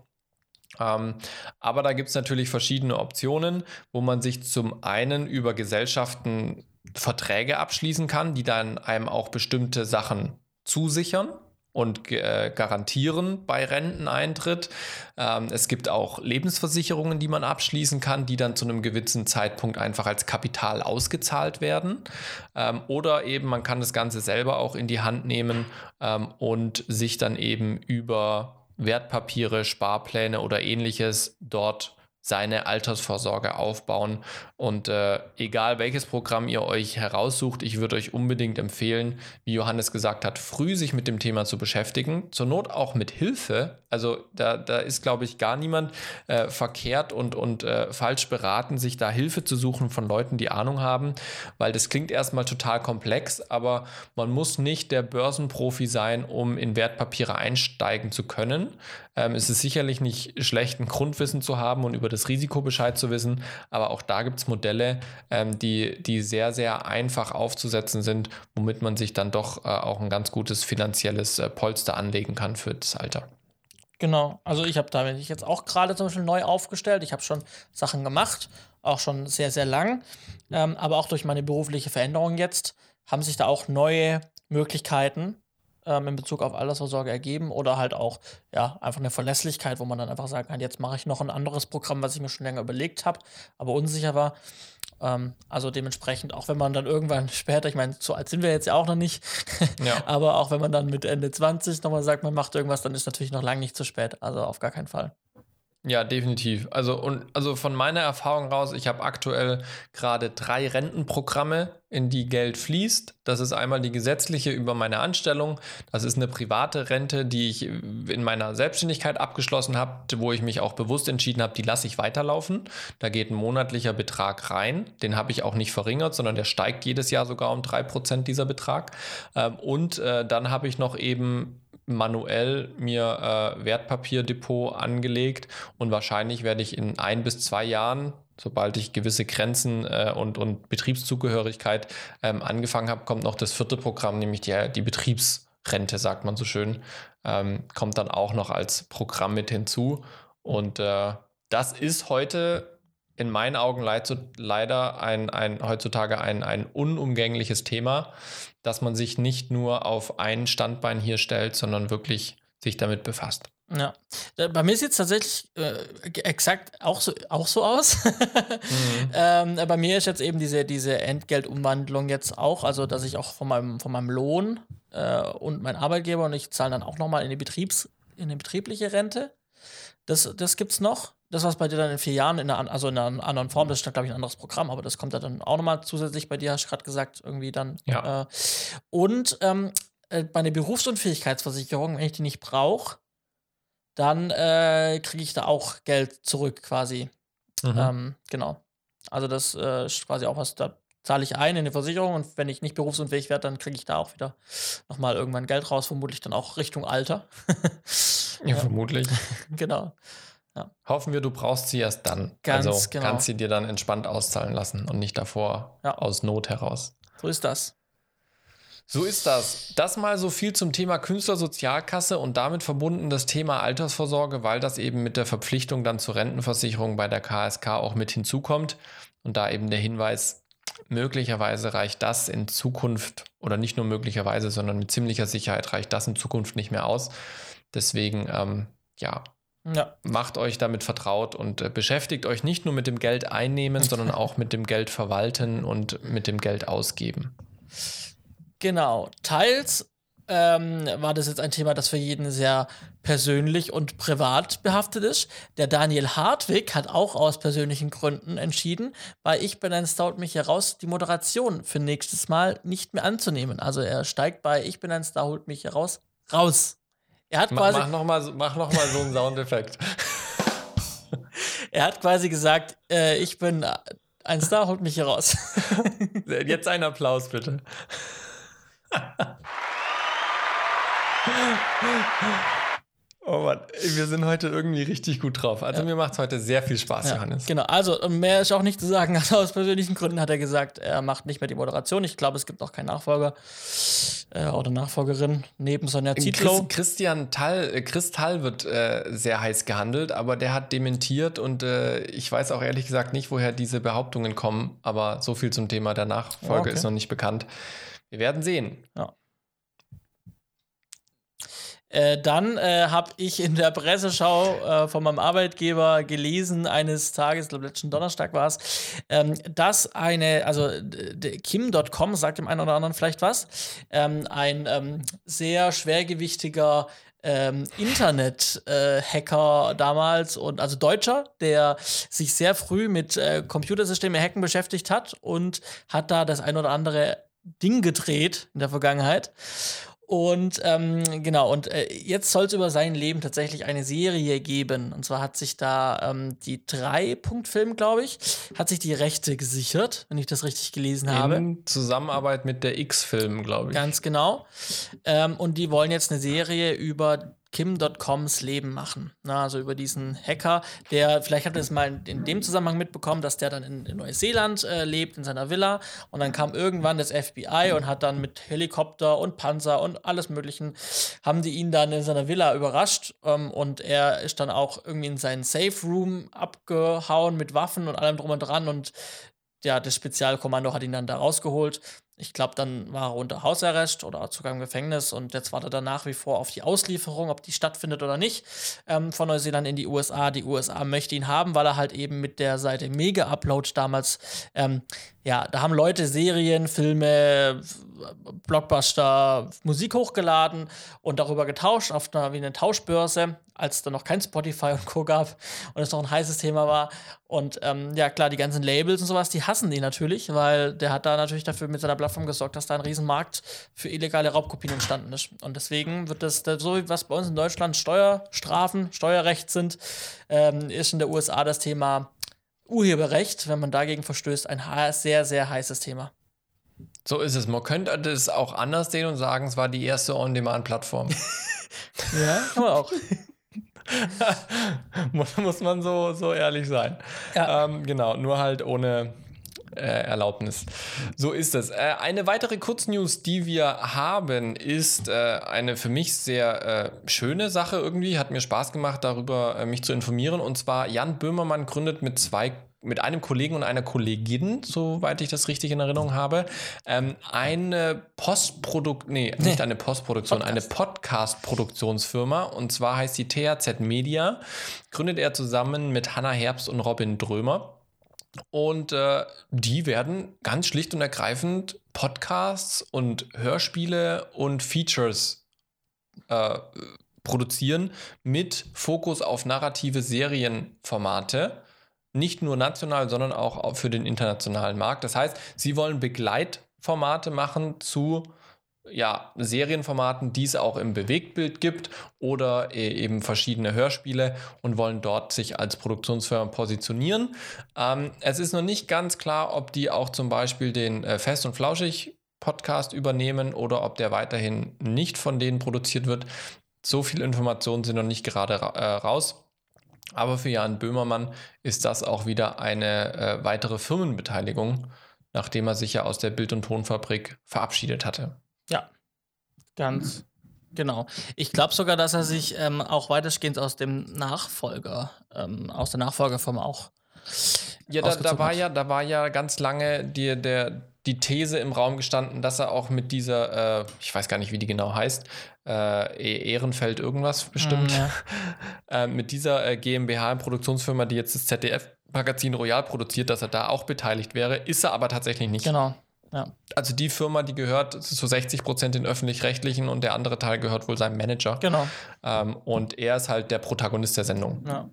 Aber da gibt es natürlich verschiedene Optionen, wo man sich zum einen über Gesellschaften Verträge abschließen kann, die dann einem auch bestimmte Sachen zusichern und garantieren bei Renteneintritt. Es gibt auch Lebensversicherungen, die man abschließen kann, die dann zu einem gewissen Zeitpunkt einfach als Kapital ausgezahlt werden. Oder eben man kann das Ganze selber auch in die Hand nehmen und sich dann eben über Wertpapiere, Sparpläne oder ähnliches dort seine Altersvorsorge aufbauen. Und egal welches Programm ihr euch heraussucht, ich würde euch unbedingt empfehlen, wie Johannes gesagt hat, früh sich mit dem Thema zu beschäftigen. Zur Not auch mit Hilfe. Also da ist, glaube ich, gar niemand verkehrt und falsch beraten, sich da Hilfe zu suchen von Leuten, die Ahnung haben, weil das klingt erstmal total komplex, aber man muss nicht der Börsenprofi sein, um in Wertpapiere einsteigen zu können. Es ist sicherlich nicht schlecht, ein Grundwissen zu haben und über das Risiko Bescheid zu wissen, aber auch da gibt es Modelle, die sehr, sehr einfach aufzusetzen sind, womit man sich dann doch auch ein ganz gutes finanzielles Polster anlegen kann für das Alter. Genau, also ich habe da mich jetzt auch gerade zum Beispiel neu aufgestellt. Ich habe schon Sachen gemacht, auch schon sehr, sehr lang. Aber auch durch meine berufliche Veränderung jetzt haben sich da auch neue Möglichkeiten in Bezug auf Altersvorsorge ergeben oder halt auch ja, einfach eine Verlässlichkeit, wo man dann einfach sagen kann, jetzt mache ich noch ein anderes Programm, was ich mir schon länger überlegt habe, aber unsicher war. Also dementsprechend, auch wenn man dann irgendwann später, ich meine, so alt sind wir jetzt ja auch noch nicht, Ja. aber auch wenn man dann mit Ende 20 nochmal sagt, man macht irgendwas, dann ist natürlich noch lange nicht zu spät. Also auf gar keinen Fall. Ja, definitiv. Also von meiner Erfahrung raus, ich habe aktuell gerade 3 Rentenprogramme, in die Geld fließt. Das ist einmal die gesetzliche über meine Anstellung. Das ist eine private Rente, die ich in meiner Selbstständigkeit abgeschlossen habe, wo ich mich auch bewusst entschieden habe, die lasse ich weiterlaufen. Da geht ein monatlicher Betrag rein. Den habe ich auch nicht verringert, sondern der steigt jedes Jahr sogar um 3% dieser Betrag. Und dann habe ich noch eben manuell mir Wertpapierdepot angelegt und wahrscheinlich werde ich in 1 bis 2 Jahren, sobald ich gewisse Grenzen und Betriebszugehörigkeit angefangen habe, kommt noch das 4. Programm, nämlich die Betriebsrente, sagt man so schön, kommt dann auch noch als Programm mit hinzu. Und das ist heute in meinen Augen leider heutzutage ein unumgängliches Thema, dass man sich nicht nur auf ein Standbein hier stellt, sondern wirklich sich damit befasst. Ja. Bei mir sieht es tatsächlich exakt auch so aus. Bei mir ist jetzt eben diese Entgeltumwandlung jetzt auch, also dass ich auch von meinem Lohn und mein Arbeitgeber und ich zahle dann auch nochmal in die betriebliche Rente. Das gibt's noch. Das, was bei dir dann in 4 Jahren in einer anderen Form, das ist, glaube ich, ein anderes Programm, aber das kommt ja dann auch nochmal zusätzlich bei dir, hast du gerade gesagt, irgendwie dann. Ja. Und bei einer Berufsunfähigkeitsversicherung, wenn ich die nicht brauche, dann kriege ich da auch Geld zurück quasi. Genau. Also das ist quasi auch was, da zahle ich ein in eine Versicherung und wenn ich nicht berufsunfähig werde, dann kriege ich da auch wieder nochmal irgendwann Geld raus, vermutlich dann auch Richtung Alter. Ja, vermutlich. Genau. Hoffen wir, du brauchst sie erst dann. Ganz genau. Kannst sie dir dann entspannt auszahlen lassen und nicht davor aus Not heraus. So ist das. So ist das. Das mal so viel zum Thema Künstlersozialkasse und damit verbunden das Thema Altersvorsorge, weil das eben mit der Verpflichtung dann zur Rentenversicherung bei der KSK auch mit hinzukommt. Und da eben der Hinweis, möglicherweise reicht das in Zukunft, oder nicht nur möglicherweise, sondern mit ziemlicher Sicherheit reicht das in Zukunft nicht mehr aus. Deswegen, macht euch damit vertraut und beschäftigt euch nicht nur mit dem Geld einnehmen, sondern auch mit dem Geld verwalten und mit dem Geld ausgeben. Genau. Teils war das jetzt ein Thema, das für jeden sehr persönlich und privat behaftet ist. Der Daniel Hartwig hat auch aus persönlichen Gründen entschieden, bei Ich bin ein Star holt mich heraus, die Moderation für nächstes Mal nicht mehr anzunehmen. Also er steigt bei Ich bin ein Star holt mich heraus raus. Er hat quasi mach noch mal so einen Soundeffekt. Er hat quasi gesagt, ich bin ein Star, holt mich hier raus. Jetzt einen Applaus, bitte. Oh Mann, wir sind heute irgendwie richtig gut drauf. Also mir macht es heute sehr viel Spaß, Johannes. Genau, also mehr ist auch nicht zu sagen. Also aus persönlichen Gründen hat er gesagt, er macht nicht mehr die Moderation. Ich glaube, es gibt auch keinen Nachfolger oder Nachfolgerin neben Sonja Zietlow. Chris Tall wird sehr heiß gehandelt, aber der hat dementiert und ich weiß auch ehrlich gesagt nicht, woher diese Behauptungen kommen, aber so viel zum Thema der Nachfolge ist noch nicht bekannt. Wir werden sehen. Ja. Dann habe ich in der Presseschau von meinem Arbeitgeber gelesen, eines Tages, ich glaube letzten Donnerstag war es, dass Kim.com, sagt dem einen oder anderen vielleicht was, ein sehr schwergewichtiger Internet-Hacker damals, also Deutscher, der sich sehr früh mit Computersysteme hacken beschäftigt hat und hat da das ein oder andere Ding gedreht in der Vergangenheit. Und jetzt soll es über sein Leben tatsächlich eine Serie geben. Und zwar hat sich da die 3-Punkt-Film, glaube ich, hat sich die Rechte gesichert, wenn ich das richtig gelesen habe. In Zusammenarbeit mit der X-Film, glaube ich. Ganz genau. Und die wollen jetzt eine Serie über Kim.coms Leben machen. Na, also über diesen Hacker, der, vielleicht habt ihr es mal in dem Zusammenhang mitbekommen, dass der dann in Neuseeland lebt, in seiner Villa, und dann kam irgendwann das FBI und hat dann mit Helikopter und Panzer und alles Möglichen, haben die ihn dann in seiner Villa überrascht, und er ist dann auch irgendwie in seinen Safe Room abgehauen mit Waffen und allem drum und dran, und ja, das Spezialkommando hat ihn dann da rausgeholt. Ich glaube, dann war er unter Hausarrest oder sogar im Gefängnis, und jetzt wartet er nach wie vor auf die Auslieferung, ob die stattfindet oder nicht, von Neuseeland in die USA. Die USA möchte ihn haben, weil er halt eben mit der Seite Mega Upload damals, ja, da haben Leute Serien, Filme, Blockbuster, Musik hochgeladen und darüber getauscht auf einer wie eine Tauschbörse, als es dann noch kein Spotify und Co. gab und es noch ein heißes Thema war. Und ja, klar, die ganzen Labels und sowas, die hassen ihn natürlich, weil der hat da natürlich dafür mit seiner Plattform gesorgt, dass da ein Riesenmarkt für illegale Raubkopien entstanden ist. Und deswegen wird das so, wie was bei uns in Deutschland Steuerstrafen, Steuerrecht sind, ist in der USA das Thema Urheberrecht, wenn man dagegen verstößt, ein sehr, sehr heißes Thema. So ist es. Man könnte das auch anders sehen und sagen, es war die erste On-Demand-Plattform. Ja, kann man auch. Muss man so ehrlich sein. Ja. Genau, nur halt ohne Erlaubnis. So ist es. Eine weitere Kurznews, die wir haben, ist eine für mich sehr schöne Sache irgendwie. Hat mir Spaß gemacht, darüber mich zu informieren. Und zwar Jan Böhmermann gründet mit einem Kollegen und einer Kollegin, soweit ich das richtig in Erinnerung habe, eine eine Podcast-Produktionsfirma, und zwar heißt die THZ Media, gründet er zusammen mit Hannah Herbst und Robin Drömer, und die werden ganz schlicht und ergreifend Podcasts und Hörspiele und Features produzieren mit Fokus auf narrative Serienformate. Nicht nur national, sondern auch für den internationalen Markt. Das heißt, sie wollen Begleitformate machen zu Serienformaten, die es auch im Bewegtbild gibt, oder eben verschiedene Hörspiele, und wollen dort sich als Produktionsfirma positionieren. Es ist noch nicht ganz klar, ob die auch zum Beispiel den Fest und Flauschig Podcast übernehmen oder ob der weiterhin nicht von denen produziert wird. So viele Informationen sind noch nicht gerade raus. Aber für Jan Böhmermann ist das auch wieder eine weitere Firmenbeteiligung, nachdem er sich ja aus der Bild- und Tonfabrik verabschiedet hatte. Ja, ganz genau. Ich glaube sogar, dass er sich auch weitestgehend aus dem Nachfolger, aus der Nachfolgerfirma auch. Ja, da war ja ganz lange die These im Raum gestanden, dass er auch mit dieser, ich weiß gar nicht, wie die genau heißt, Ehrenfeld irgendwas bestimmt, mit dieser GmbH, Produktionsfirma, die jetzt das ZDF-Magazin Royal produziert, dass er da auch beteiligt wäre, ist er aber tatsächlich nicht. Genau, ja. Also die Firma, die gehört zu 60% den Öffentlich-Rechtlichen, und der andere Teil gehört wohl seinem Manager. Genau. Und er ist halt der Protagonist der Sendung. Ja.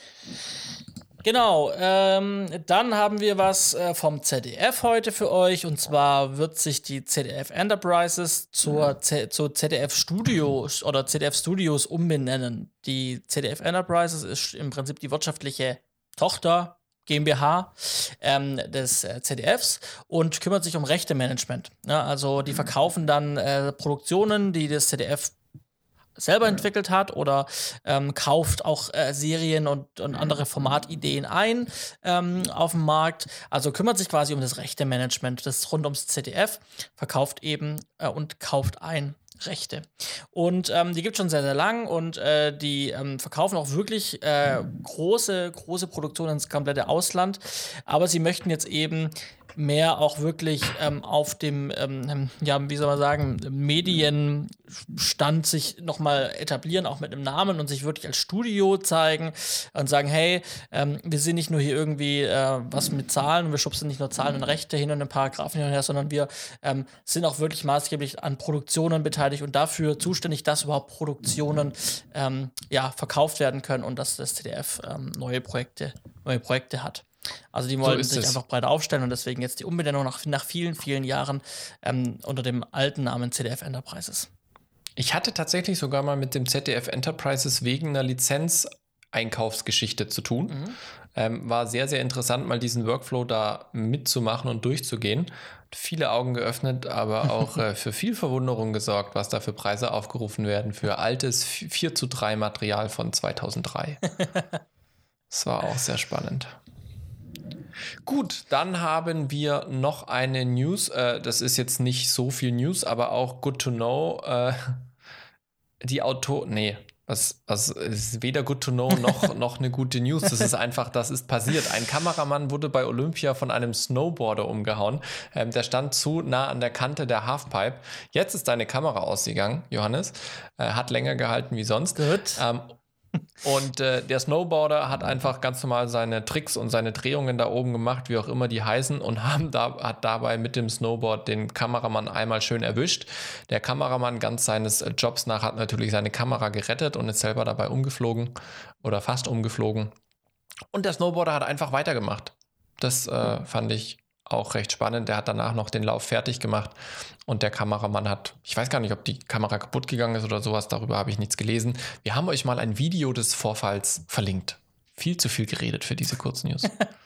Genau, dann haben wir was vom ZDF heute für euch, und zwar wird sich die ZDF Enterprises zu ZDF Studios oder ZDF Studios umbenennen. Die ZDF Enterprises ist im Prinzip die wirtschaftliche Tochter GmbH des ZDFs und kümmert sich um Rechtemanagement. Ja, also die verkaufen dann Produktionen, die das ZDF selber entwickelt hat, oder kauft auch Serien und andere Formatideen ein auf dem Markt. Also kümmert sich quasi um das Rechtemanagement, das rund ums ZDF, verkauft eben und kauft ein Rechte. Und die gibt es schon sehr, sehr lang, und die verkaufen auch wirklich große Produktionen ins komplette Ausland. Aber sie möchten jetzt eben mehr auch wirklich auf dem, wie soll man sagen, Medienstand sich nochmal etablieren, auch mit einem Namen, und sich wirklich als Studio zeigen und sagen, hey, wir sind nicht nur hier irgendwie was mit Zahlen, und wir schubsen nicht nur Zahlen und Rechte hin und ein Paragraphen hin und her, sondern wir sind auch wirklich maßgeblich an Produktionen beteiligt und dafür zuständig, dass überhaupt Produktionen verkauft werden können und dass das ZDF neue Projekte hat. Also die wollten sich einfach breit aufstellen, und deswegen jetzt die Umbenennung nach vielen, vielen Jahren unter dem alten Namen ZDF Enterprises. Ich hatte tatsächlich sogar mal mit dem ZDF Enterprises wegen einer Lizenz Einkaufsgeschichte zu tun. War sehr, sehr interessant, mal diesen Workflow da mitzumachen und durchzugehen. Viele Augen geöffnet, aber auch für viel Verwunderung gesorgt, was da für Preise aufgerufen werden für altes 4:3 Material von 2003. Das war auch sehr spannend. Gut, dann haben wir noch eine News. Das ist jetzt nicht so viel News, aber auch good to know. Das ist weder good to know noch eine gute News. Das ist einfach, das ist passiert. Ein Kameramann wurde bei Olympia von einem Snowboarder umgehauen. Der stand zu nah an der Kante der Halfpipe. Jetzt ist deine Kamera ausgegangen, Johannes. Hat länger gehalten wie sonst. Gut. Und der Snowboarder hat einfach ganz normal seine Tricks und seine Drehungen da oben gemacht, wie auch immer die heißen, und hat dabei mit dem Snowboard den Kameramann einmal schön erwischt. Der Kameramann ganz seines Jobs nach hat natürlich seine Kamera gerettet und ist selber dabei umgeflogen oder fast umgeflogen. Und der Snowboarder hat einfach weitergemacht. Das fand ich auch recht spannend. Der hat danach noch den Lauf fertig gemacht und der Kameramann ich weiß gar nicht, ob die Kamera kaputt gegangen ist oder sowas, darüber habe ich nichts gelesen. Wir haben euch mal ein Video des Vorfalls verlinkt. Viel zu viel geredet für diese Kurznews.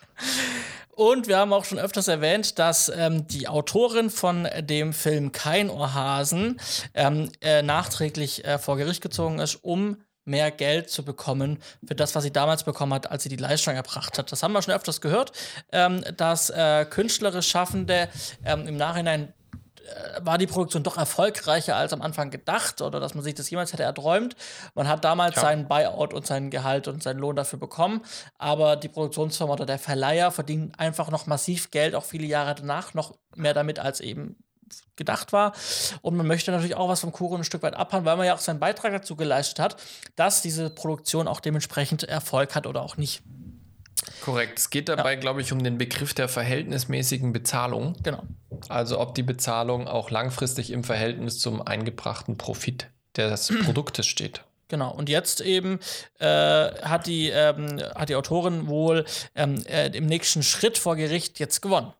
Und wir haben auch schon öfters erwähnt, dass die Autorin von dem Film Kein Ohrhasen nachträglich vor Gericht gezogen ist, um mehr Geld zu bekommen für das, was sie damals bekommen hat, als sie die Leistung erbracht hat. Das haben wir schon öfters gehört, dass künstlerisch Schaffende im Nachhinein war die Produktion doch erfolgreicher als am Anfang gedacht oder dass man sich das jemals hätte erträumt. Man hat damals seinen Buyout und sein Gehalt und seinen Lohn dafür bekommen, aber die Produktionsfirma oder der Verleiher verdient einfach noch massiv Geld, auch viele Jahre danach noch mehr damit als eben gedacht war. Und man möchte natürlich auch was vom Kuchen ein Stück weit abhaben, weil man ja auch seinen Beitrag dazu geleistet hat, dass diese Produktion auch dementsprechend Erfolg hat oder auch nicht. Korrekt. Es geht dabei, glaube ich, um den Begriff der verhältnismäßigen Bezahlung. Genau. Also ob die Bezahlung auch langfristig im Verhältnis zum eingebrachten Profit des Produktes steht. Genau, und jetzt eben hat die Autorin wohl im nächsten Schritt vor Gericht jetzt gewonnen.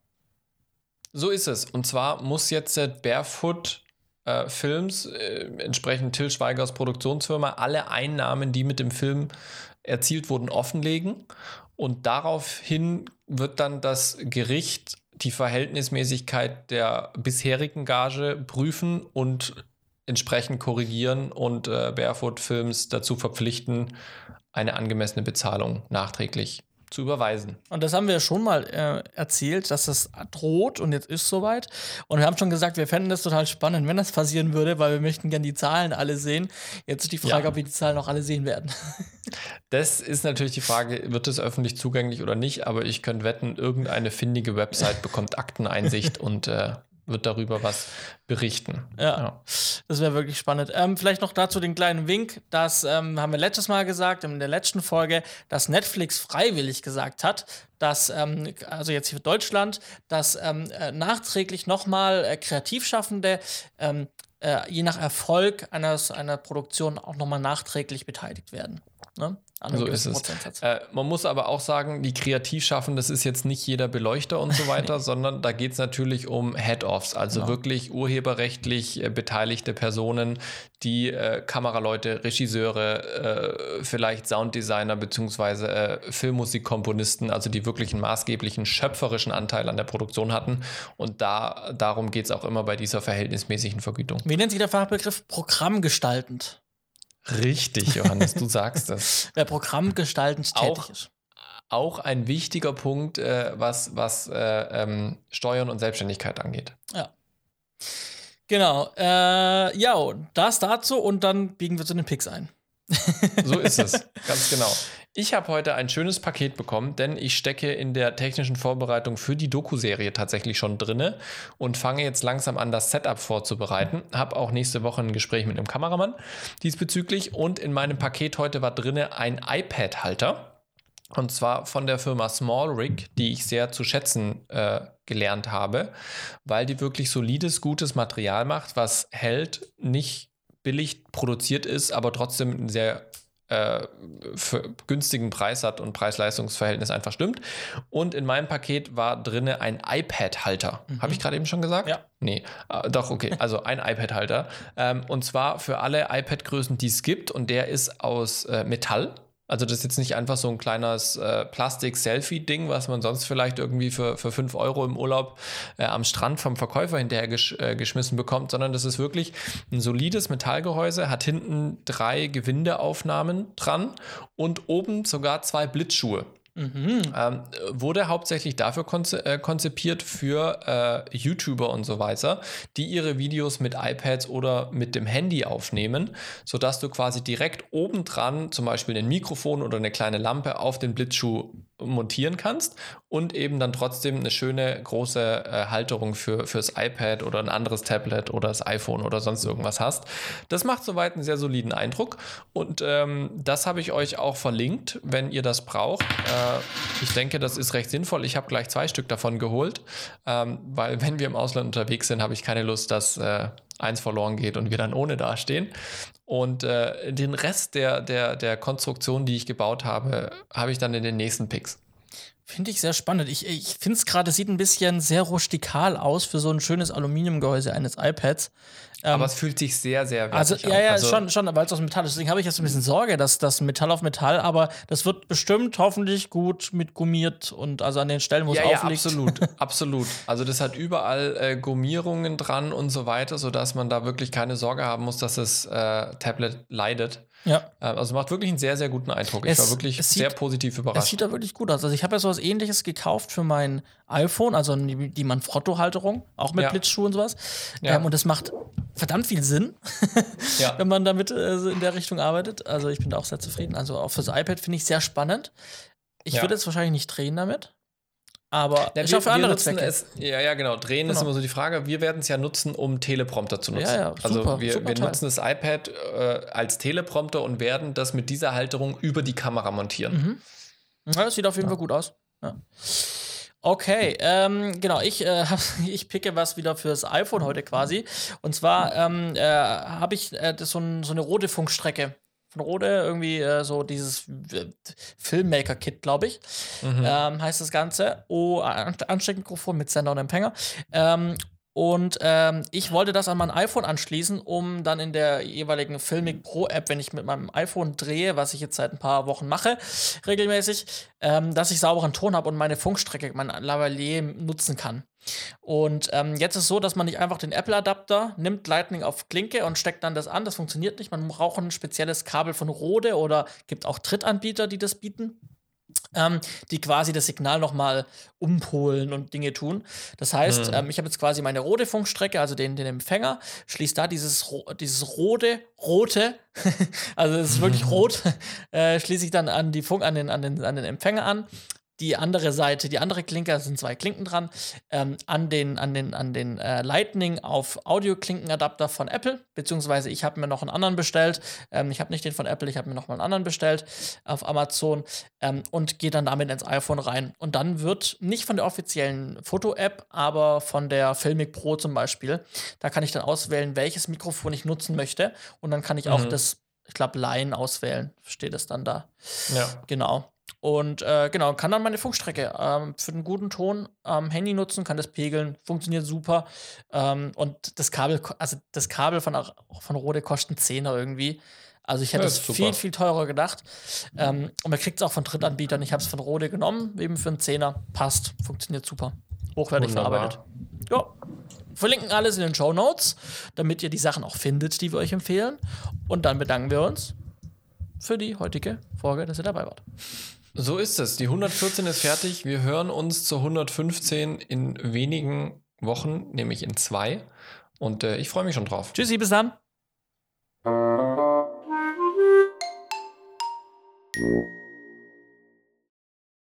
So ist es. Und zwar muss jetzt Barefoot Films, entsprechend Til Schweigers Produktionsfirma, alle Einnahmen, die mit dem Film erzielt wurden, offenlegen. Und daraufhin wird dann das Gericht die Verhältnismäßigkeit der bisherigen Gage prüfen und entsprechend korrigieren und Barefoot Films dazu verpflichten, eine angemessene Bezahlung nachträglich zu überweisen. Und das haben wir schon mal erzählt, dass das droht und jetzt ist soweit. Und wir haben schon gesagt, wir fänden das total spannend, wenn das passieren würde, weil wir möchten gerne die Zahlen alle sehen. Jetzt ist die Frage, ob wir die Zahlen auch alle sehen werden. Das ist natürlich die Frage, wird es öffentlich zugänglich oder nicht, aber ich könnte wetten, irgendeine findige Website bekommt Akteneinsicht und wird darüber was berichten. Ja. Das wäre wirklich spannend. Vielleicht noch dazu den kleinen Wink, das haben wir letztes Mal gesagt, in der letzten Folge, dass Netflix freiwillig gesagt hat, dass, also jetzt hier für Deutschland, dass nachträglich nochmal Kreativschaffende je nach Erfolg einer Produktion auch nochmal nachträglich beteiligt werden. Ne? So ist es. Man muss aber auch sagen, die Kreativschaffenden, das ist jetzt nicht jeder Beleuchter und so weiter, sondern da geht es natürlich um Head-Offs, also wirklich urheberrechtlich beteiligte Personen, die Kameraleute, Regisseure, vielleicht Sounddesigner beziehungsweise Filmmusikkomponisten, also die wirklich einen maßgeblichen schöpferischen Anteil an der Produktion hatten. Und darum geht es auch immer bei dieser verhältnismäßigen Vergütung. Wie nennt sich der Fachbegriff? Programmgestaltend. Richtig, Johannes, du sagst das. Wer programmgestaltend tätig ist. Auch ein wichtiger Punkt, was Steuern und Selbstständigkeit angeht. Ja. Genau. Ja, das dazu und dann biegen wir zu den Picks ein. So ist es, ganz genau. Ich habe heute ein schönes Paket bekommen, denn ich stecke in der technischen Vorbereitung für die Doku-Serie tatsächlich schon drinne und fange jetzt langsam an, das Setup vorzubereiten. Habe auch nächste Woche ein Gespräch mit einem Kameramann diesbezüglich und in meinem Paket heute war drinne ein iPad-Halter und zwar von der Firma SmallRig, die ich sehr zu schätzen gelernt habe, weil die wirklich solides, gutes Material macht, was hält, nicht billig produziert ist, aber trotzdem einen sehr günstigen Preis hat und Preis-Leistungs-Verhältnis einfach stimmt. Und in meinem Paket war drinne ein iPad-Halter. Habe ich gerade eben schon gesagt? Ja. Nee, doch, okay. Also ein iPad-Halter. Und zwar für alle iPad-Größen, die es gibt. Und der ist aus Metall. Also das ist jetzt nicht einfach so ein kleines Plastik-Selfie-Ding, was man sonst vielleicht irgendwie für 5 Euro im Urlaub am Strand vom Verkäufer hinterher geschmissen bekommt, sondern das ist wirklich ein solides Metallgehäuse, hat hinten 3 Gewindeaufnahmen dran und oben sogar 2 Blitzschuhe. Wurde hauptsächlich dafür konzipiert für YouTuber und so weiter, die ihre Videos mit iPads oder mit dem Handy aufnehmen, sodass du quasi direkt obendran zum Beispiel ein Mikrofon oder eine kleine Lampe auf den Blitzschuh montieren kannst und eben dann trotzdem eine schöne große Halterung fürs iPad oder ein anderes Tablet oder das iPhone oder sonst irgendwas hast. Das macht soweit einen sehr soliden Eindruck und das habe ich euch auch verlinkt, wenn ihr das braucht. Ich denke, das ist recht sinnvoll. Ich habe gleich 2 Stück davon geholt, weil wenn wir im Ausland unterwegs sind, habe ich keine Lust, dass eins verloren geht und wir dann ohne dastehen. Und den Rest der Konstruktion, die ich gebaut habe, habe ich dann in den nächsten Picks. Finde ich sehr spannend. Ich finde es gerade, sieht ein bisschen sehr rustikal aus für so ein schönes Aluminiumgehäuse eines iPads. Aber es fühlt sich sehr, sehr wertig an. Also, schon, weil es aus Metall ist. Deswegen habe ich jetzt ein bisschen Sorge, dass das Metall auf Metall, aber das wird bestimmt hoffentlich gut mit gummiert und also an den Stellen, wo es aufliegt. Ja, absolut. Also das hat überall Gummierungen dran und so weiter, sodass man da wirklich keine Sorge haben muss, dass das Tablet leidet. Ja. Also macht wirklich einen sehr, sehr guten Eindruck. Ich war wirklich sehr positiv überrascht. Es sieht da wirklich gut aus. Also ich habe ja sowas Ähnliches gekauft für mein iPhone, also die Manfrotto-Halterung, auch mit Blitzschuhen und sowas. Ja. Und das macht verdammt viel Sinn, wenn man damit in der Richtung arbeitet. Also ich bin da auch sehr zufrieden. Also auch fürs iPad finde ich sehr spannend. Ich würde jetzt wahrscheinlich nicht drehen damit. Aber ich hoffe für andere Zwecke. Genau. Drehen ist immer so die Frage. Wir werden es ja nutzen, um Teleprompter zu nutzen. Ja, also wir nutzen das iPad als Teleprompter und werden das mit dieser Halterung über die Kamera montieren. Ja, das sieht auf jeden Fall gut aus. Ja. Okay, genau, ich picke was wieder fürs iPhone heute quasi. Und zwar habe ich so eine rote Funkstrecke. Von Rode, irgendwie so dieses Filmmaker-Kit, glaube ich, heißt das Ganze. Ansteckmikrofon mit Sender und Empfänger. Ich wollte das an mein iPhone anschließen, um dann in der jeweiligen Filmic Pro App, wenn ich mit meinem iPhone drehe, was ich jetzt seit ein paar Wochen mache, regelmäßig, dass ich sauberen Ton habe und meine Funkstrecke, mein Lavalier nutzen kann. Und jetzt ist es so, dass man nicht einfach den Apple-Adapter nimmt, Lightning auf Klinke und steckt dann das an. Das funktioniert nicht. Man braucht ein spezielles Kabel von Rode oder gibt auch Drittanbieter, die das bieten. Die quasi das Signal nochmal umpolen und Dinge tun. Das heißt, ich habe jetzt quasi meine rote Funkstrecke, also den Empfänger, schließe da dieses rote, also es ist wirklich rot, schließe ich dann an den Empfänger an. Die andere Seite, die andere Klinke, da sind 2 Klinken dran, an den Lightning auf Audio-Klinkenadapter von Apple, beziehungsweise ich habe mir noch einen anderen bestellt. Ich habe nicht den von Apple, ich habe mir noch mal einen anderen bestellt auf Amazon und gehe dann damit ins iPhone rein. Und dann wird nicht von der offiziellen Foto-App, aber von der Filmic Pro zum Beispiel, da kann ich dann auswählen, welches Mikrofon ich nutzen möchte. Und dann kann ich auch das, ich glaube, Line auswählen. Steht es dann da. Ja. Genau. Und kann dann meine Funkstrecke für einen guten Ton am Handy nutzen, kann das pegeln, funktioniert super. Und das Kabel von Rode kostet einen Zehner irgendwie. Also ich hätte es viel, viel teurer gedacht. Und man kriegt es auch von Drittanbietern. Ich habe es von Rode genommen, eben für einen Zehner. Passt, funktioniert super. Hochwertig verarbeitet. Ja. Verlinken alles in den Shownotes, damit ihr die Sachen auch findet, die wir euch empfehlen. Und dann bedanken wir uns für die heutige Folge, dass ihr dabei wart. So ist es. Die 114 ist fertig. Wir hören uns zur 115 in wenigen Wochen, nämlich in 2. Und ich freue mich schon drauf. Tschüssi, bis dann.